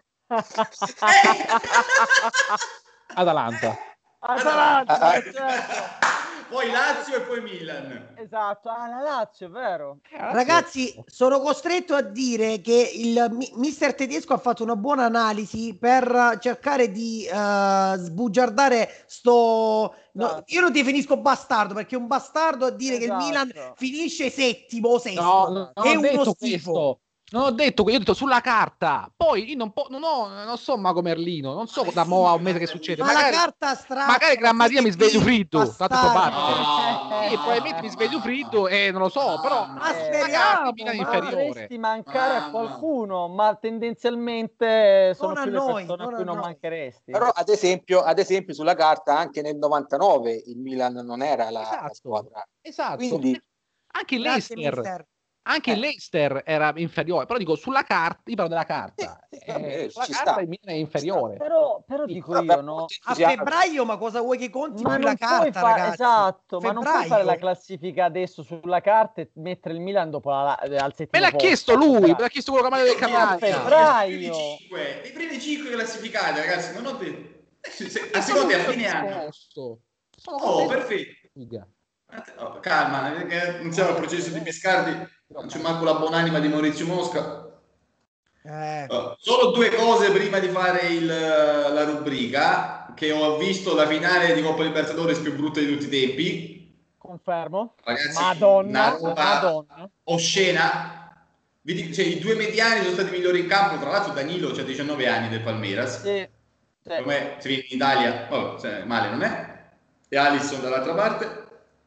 Atalanta. Atalanta, Ah, ah. eh, certo. Poi Lazio e poi Milan. Esatto, ah, la Lazio, è vero. Ragazzi, sono costretto a dire che il mi- mister tedesco ha fatto una buona analisi per cercare di eh, sbugiardare sto... no, Esatto. io non definisco bastardo perché è un bastardo a dire che il Milan Esatto. finisce settimo o sesto. No, no, non è ho uno detto schifo. questo. Non ho detto che io ho detto sulla carta. Poi io non, po- non, ho, non so Mago Merlino, non so da mo a un mese che succede. Ma Magari, la carta straccia, magari Gran ma Maria mi siete sveglio vi, fritto, tanto bastardi. probabile. Sì, probabilmente mi sveglio fritto e non lo so, però Ma sulla speriamo, carta il Milan è ma inferiore. Potresti mancare a Mamma. qualcuno, ma tendenzialmente sono Non a più le noi, persone a non cui a non noi. mancheresti. Però ad esempio, ad esempio sulla carta anche nel novantanove il Milan non era la, la Esatto, squadra. esatto. Quindi Anche Grazie, l'Eister, mister. anche Eh. l'Eister era inferiore, però dico sulla carta, io parlo della carta. Sì, sì, Eh, vabbè, sulla ci carta sta. il Milan è inferiore. Però, però Sì. dico Vabbè, io, no? molto A entusiasmo. febbraio, ma cosa vuoi che conti Ma più la non puoi carta, fare, ragazzi? esatto, ma non puoi fare Febbraio? la classifica adesso sulla carta e mettere il Milan dopo la, al Me settimo l'ha posto. chiesto a lui, me febbraio. l'ha chiesto quello che mi ha detto del Io ho a detto, Catania. I primi febbraio. cinque, i primi cinque classificati, ragazzi, non ho detto. Se- se- E A sono seconda a contento fine di anno. posto. Sono Oh, contento. perfetto. Figa. Oh, calma, perché non siamo al processo di Biscardi, non c'è manco la buonanima di Maurizio Mosca. Eh, Uh, solo due cose prima di fare il, la rubrica, che ho visto la finale di Coppa Libertadores più brutta di tutti i tempi. Confermo. Ragazzi, Madonna, una roba Madonna. oscena. Vi dico, cioè, i due mediani sono stati migliori in campo, tra l'altro Danilo c'ha diciannove anni del Palmeiras. Sì, sì. Come se viene in Italia, oh, cioè, male non è. E Alisson dall'altra parte.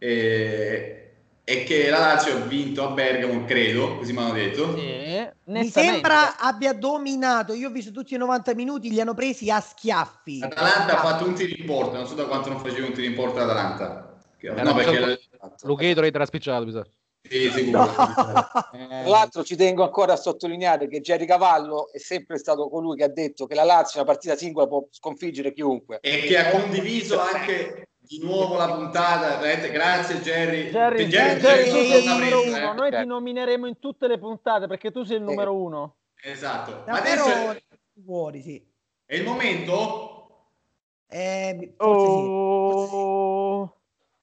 E, e che la Lazio ha vinto a Bergamo, credo, così mi hanno detto. Sì, mi nettamente. sembra abbia dominato. Io ho visto tutti i novanta minuti, li hanno presi a schiaffi. Atalanta ha fatto un tiro in porta, non so da quanto non faceva un tiro in porta l'Atalanta. Era No, perché spicciato- la... Lo chiedo, era spicciato, mi sa. Sì, sicuro. No. Tra l'altro ci tengo ancora a sottolineare che Jerry Cavallo è sempre stato colui che ha detto che la Lazio una partita singola può sconfiggere chiunque. E che ha condiviso anche di nuovo la puntata. Grazie Jerry. Jerry, Jerry, Jerry, Jerry, Jerry tu non sei il torna numero preso, uno. eh. Noi ti nomineremo in tutte le puntate perché tu sei il numero uno. Esatto. Ma Davvero adesso è, fuori, sì. è il momento. Eh, forse sì. Forse sì. Oh.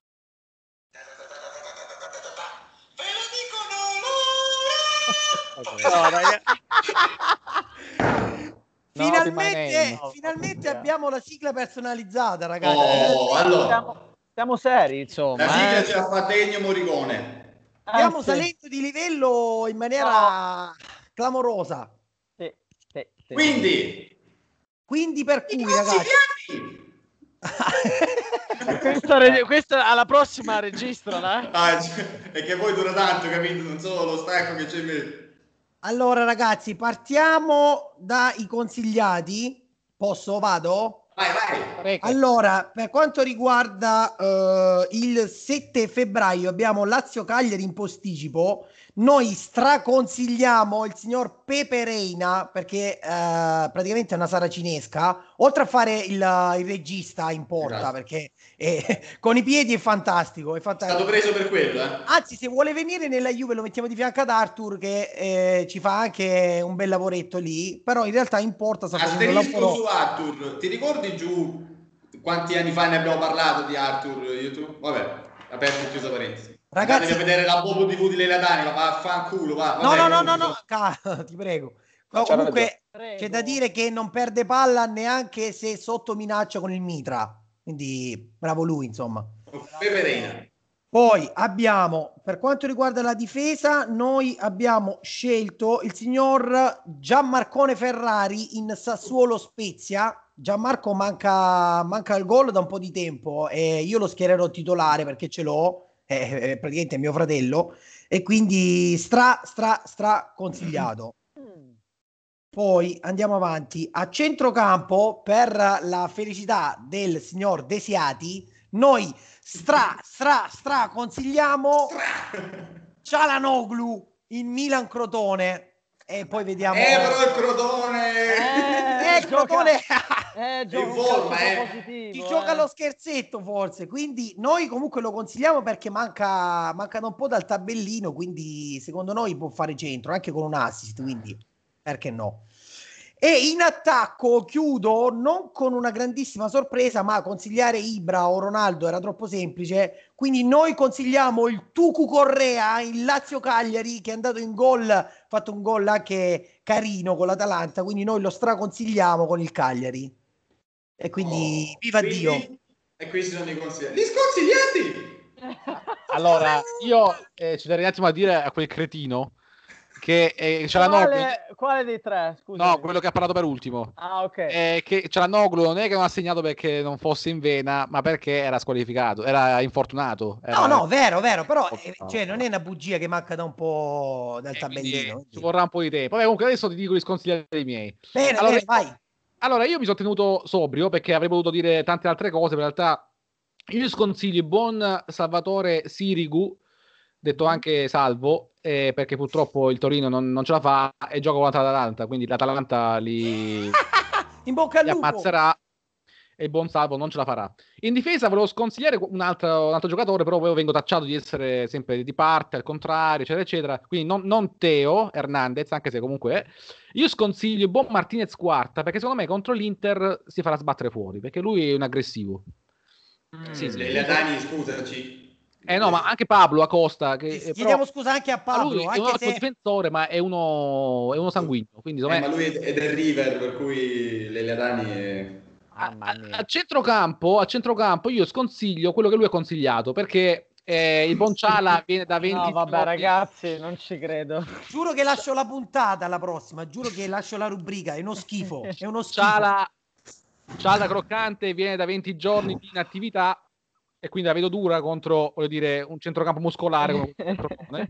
No, ragazzi. Finalmente, No, finalmente no. abbiamo la sigla personalizzata, ragazzi. Oh, allora. Siamo, siamo seri, insomma. La sigla eh. ce l'ha fatta Ennio Morricone. Stiamo Anzi, salendo di livello in maniera clamorosa. sì, sì, sì. Quindi, Quindi per i cui, grossi ragazzi, piani. Questa, re- questa alla prossima registrala. Eh? Ah, cioè, è che poi dura tanto, capito? Non solo lo stacco che c'è in me. allora, ragazzi, partiamo dai consigliati. Posso? Vado? Vai, vai. Reca. Allora, per quanto riguarda eh, il sette febbraio abbiamo Lazio-Cagliari in posticipo. Noi straconsigliamo il signor Pepe Reina perché eh, praticamente è una saracinesca, oltre a fare il, il regista in porta, Esatto. perché è- con i piedi è fantastico, è È fantastico. stato preso per quello, eh. Anzi, se vuole venire nella Juve lo mettiamo di fianco ad Arthur che eh, ci fa anche un bel lavoretto lì, però in realtà in porta sta facendo un Asterisco lavoro. su Arthur. Ti ricordi giù quanti anni fa ne abbiamo parlato di Arthur? YouTube? Vabbè, aperto e chiusa parentesi. Ragazzi, Andatevi a vedere la Bobo T V di Leila Dani, ma vaffanculo, va. no, Vabbè, no, no, no, comunque, no, ca- ti prego. Ma No, c'ha ragione. comunque Prego. c'è da dire che non perde palla neanche se sotto minaccia con il mitra, quindi bravo lui, insomma. sono Peperina. Poi abbiamo, per quanto riguarda la difesa, noi abbiamo scelto il signor Gianmarcone Ferrari in Sassuolo Spezia. Gianmarco manca, manca il gol da un po' di tempo e io lo schiererò titolare perché ce l'ho, è, è praticamente mio fratello, e quindi stra, stra, stra consigliato. Mm. Poi andiamo avanti. A centrocampo, per la felicità del signor Desiati, noi stra, stra, stra consigliamo Cialanoglu in Milan Crotone. E poi vediamo. Eh, però il Crotone! Eh, Eh, Crotone! Eh, in gioca un forma, calcio eh. positivo, Ti eh. gioca lo scherzetto forse, quindi noi comunque lo consigliamo perché manca, mancano un po' dal tabellino, quindi secondo noi può fare centro anche con un assist, quindi perché no? E in attacco chiudo non con una grandissima sorpresa, ma consigliare Ibra o Ronaldo era troppo semplice, quindi noi consigliamo il Tucu Correa in Lazio Cagliari, che è andato in gol, ha fatto un gol anche carino con l'Atalanta, quindi noi lo straconsigliamo con il Cagliari. E quindi Oh, viva quindi- Dio. E questi sono i consigli. Gli sconsigliati! Allora, io eh, ci darei un attimo a dire a quel cretino che eh, c'è la Noglu. Quale, quale dei tre? Scusa. No, quello che ha parlato per ultimo. Ah, ok. Eh, che c'è la Noglu, non è che non ha segnato perché non fosse in vena, ma perché era squalificato, era infortunato. Era... No, no, vero, vero, però eh, cioè, non è una bugia che manca da un po' dal Eh, tabellino. quindi ci vorrà un po' di tempo. Vabbè, comunque adesso ti dico gli sconsigliati miei. Bene, Allora, bene, vai. Allora, io mi sono tenuto sobrio perché avrei voluto dire tante altre cose, ma in realtà io sconsiglio il buon Salvatore Sirigu, detto anche Salvo, eh, perché purtroppo il Torino non, non ce la fa e gioca con l'Atalanta, quindi l'Atalanta li, In bocca al li lupo. ammazzerà e il buon Salvo non ce la farà. In difesa volevo sconsigliare un altro, un altro giocatore, però poi vengo tacciato di essere sempre di parte, al contrario, eccetera, eccetera. Quindi non, non Teo Hernandez, anche se comunque è. Io sconsiglio il buon Martinez Quarta, perché secondo me contro l'Inter si farà sbattere fuori, perché lui è un aggressivo. Mm, Sì, sì. le Latani, scusaci. Eh no, ma anche Pablo Acosta, che Sì, eh, chiediamo però, scusa anche a ma lui Pablo, è un anche ottimo se difensore, ma è uno, è uno sanguigno. Quindi, Eh, secondo ma me, lui è, è del River, per cui le Latani è... a, Mamma a- mia. a centrocampo, a centrocampo io sconsiglio quello che lui ha consigliato, perché eh, il Bonciala viene da venti No, vabbè, giorni. ragazzi, non ci credo. giuro che lascio la puntata alla prossima, giuro che lascio la rubrica, è uno schifo, è uno schifo. Ciala, Ciala croccante viene da venti giorni di inattività e quindi la vedo dura contro, voglio dire, un centrocampo muscolare come quello che propone.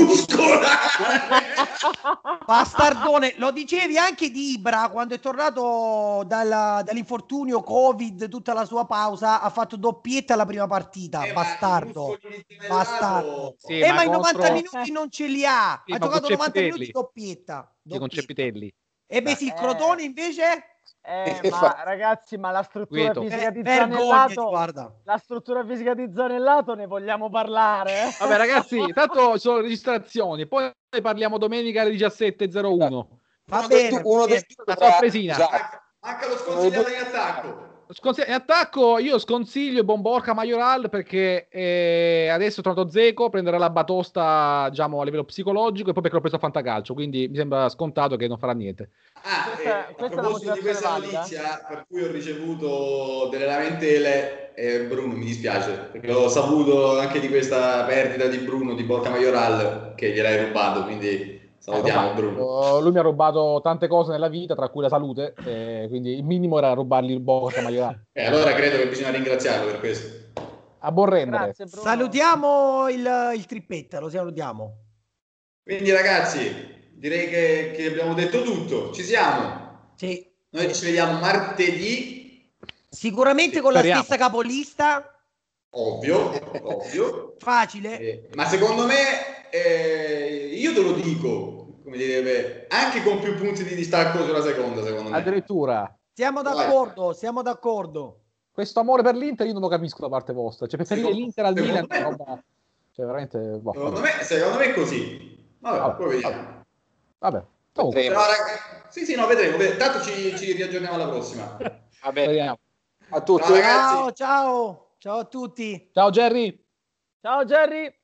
Bastardone, lo dicevi anche di Ibra quando è tornato dalla- dall'infortunio Covid, tutta la sua pausa, ha fatto doppietta alla prima partita. Eh, ma i bastardo, muscoli di gemellato- bastardo. Sì, eh, ma ma i novanta contro- minuti non ce li ha. Sì, Ha ma con giocato novanta Cepitelli. minuti doppietta. Sì, con doppietta. Cepitelli. E Besi il Eh. Crotone invece? Eh, Che ma fa? ragazzi, ma la struttura Quieto. fisica di Ver- vergognati, Zanellato, guarda. la struttura fisica di Zanellato ne vogliamo parlare? Vabbè ragazzi, tanto sono registrazioni, poi ne parliamo domenica alle diciassette e zero uno. Va uno dei bene, due- uno dei va due La dovrà- sorpresina. esatto. Manca, manca lo sconsigliato in attacco. Sconsigli- in attacco io sconsiglio il buon Borca Majoral perché eh, adesso è tornato Zeco, prenderà la batosta diciamo a livello psicologico e poi perché l'ho preso a fantacalcio, quindi mi sembra scontato che non farà niente. Ah, Questa- eh, questa a è una proposito di motivazione questa valida? notizia, per cui ho ricevuto delle lamentele, eh, Bruno, mi dispiace, perché ho saputo anche di questa perdita di Bruno, di Borca Majoral, che gliel'hai rubato, quindi salutiamo Eh, Bruno. rubato. Lui mi ha rubato tante cose nella vita, tra cui la salute, eh, quindi il minimo era rubargli il Borca Majoral. E allora credo che bisogna ringraziarlo per questo. A buon rendere. Grazie, Bruno. Salutiamo il, il trippetta, lo salutiamo. Quindi ragazzi, direi che, che abbiamo detto tutto, ci siamo. Sì. Noi ci vediamo martedì, Sicuramente con Speriamo. la stessa capolista. ovvio, ovvio. Facile. Eh, ma secondo me, eh, io te lo dico, come direbbe, anche con più punti di distacco sulla seconda, secondo me. Addirittura Siamo d'accordo, siamo d'accordo. questo amore per l'Inter io non lo capisco da parte vostra, cioè preferire Secondo- l'Inter al Milan secondo me- roba- cioè veramente boh, Secondo vabbè. me, secondo me è così. Vabbè, Vabbè, poi vediamo. Vabbè. Comunque, Vedremo. Però, raga- sì, sì, no, vedremo. vedremo. Tanto ci, ci riaggiorniamo alla prossima. Vabbè, vediamo. a tutti. Ciao, ragazzi. Ciao, ciao. Ciao a tutti. Ciao Jerry. Ciao Jerry.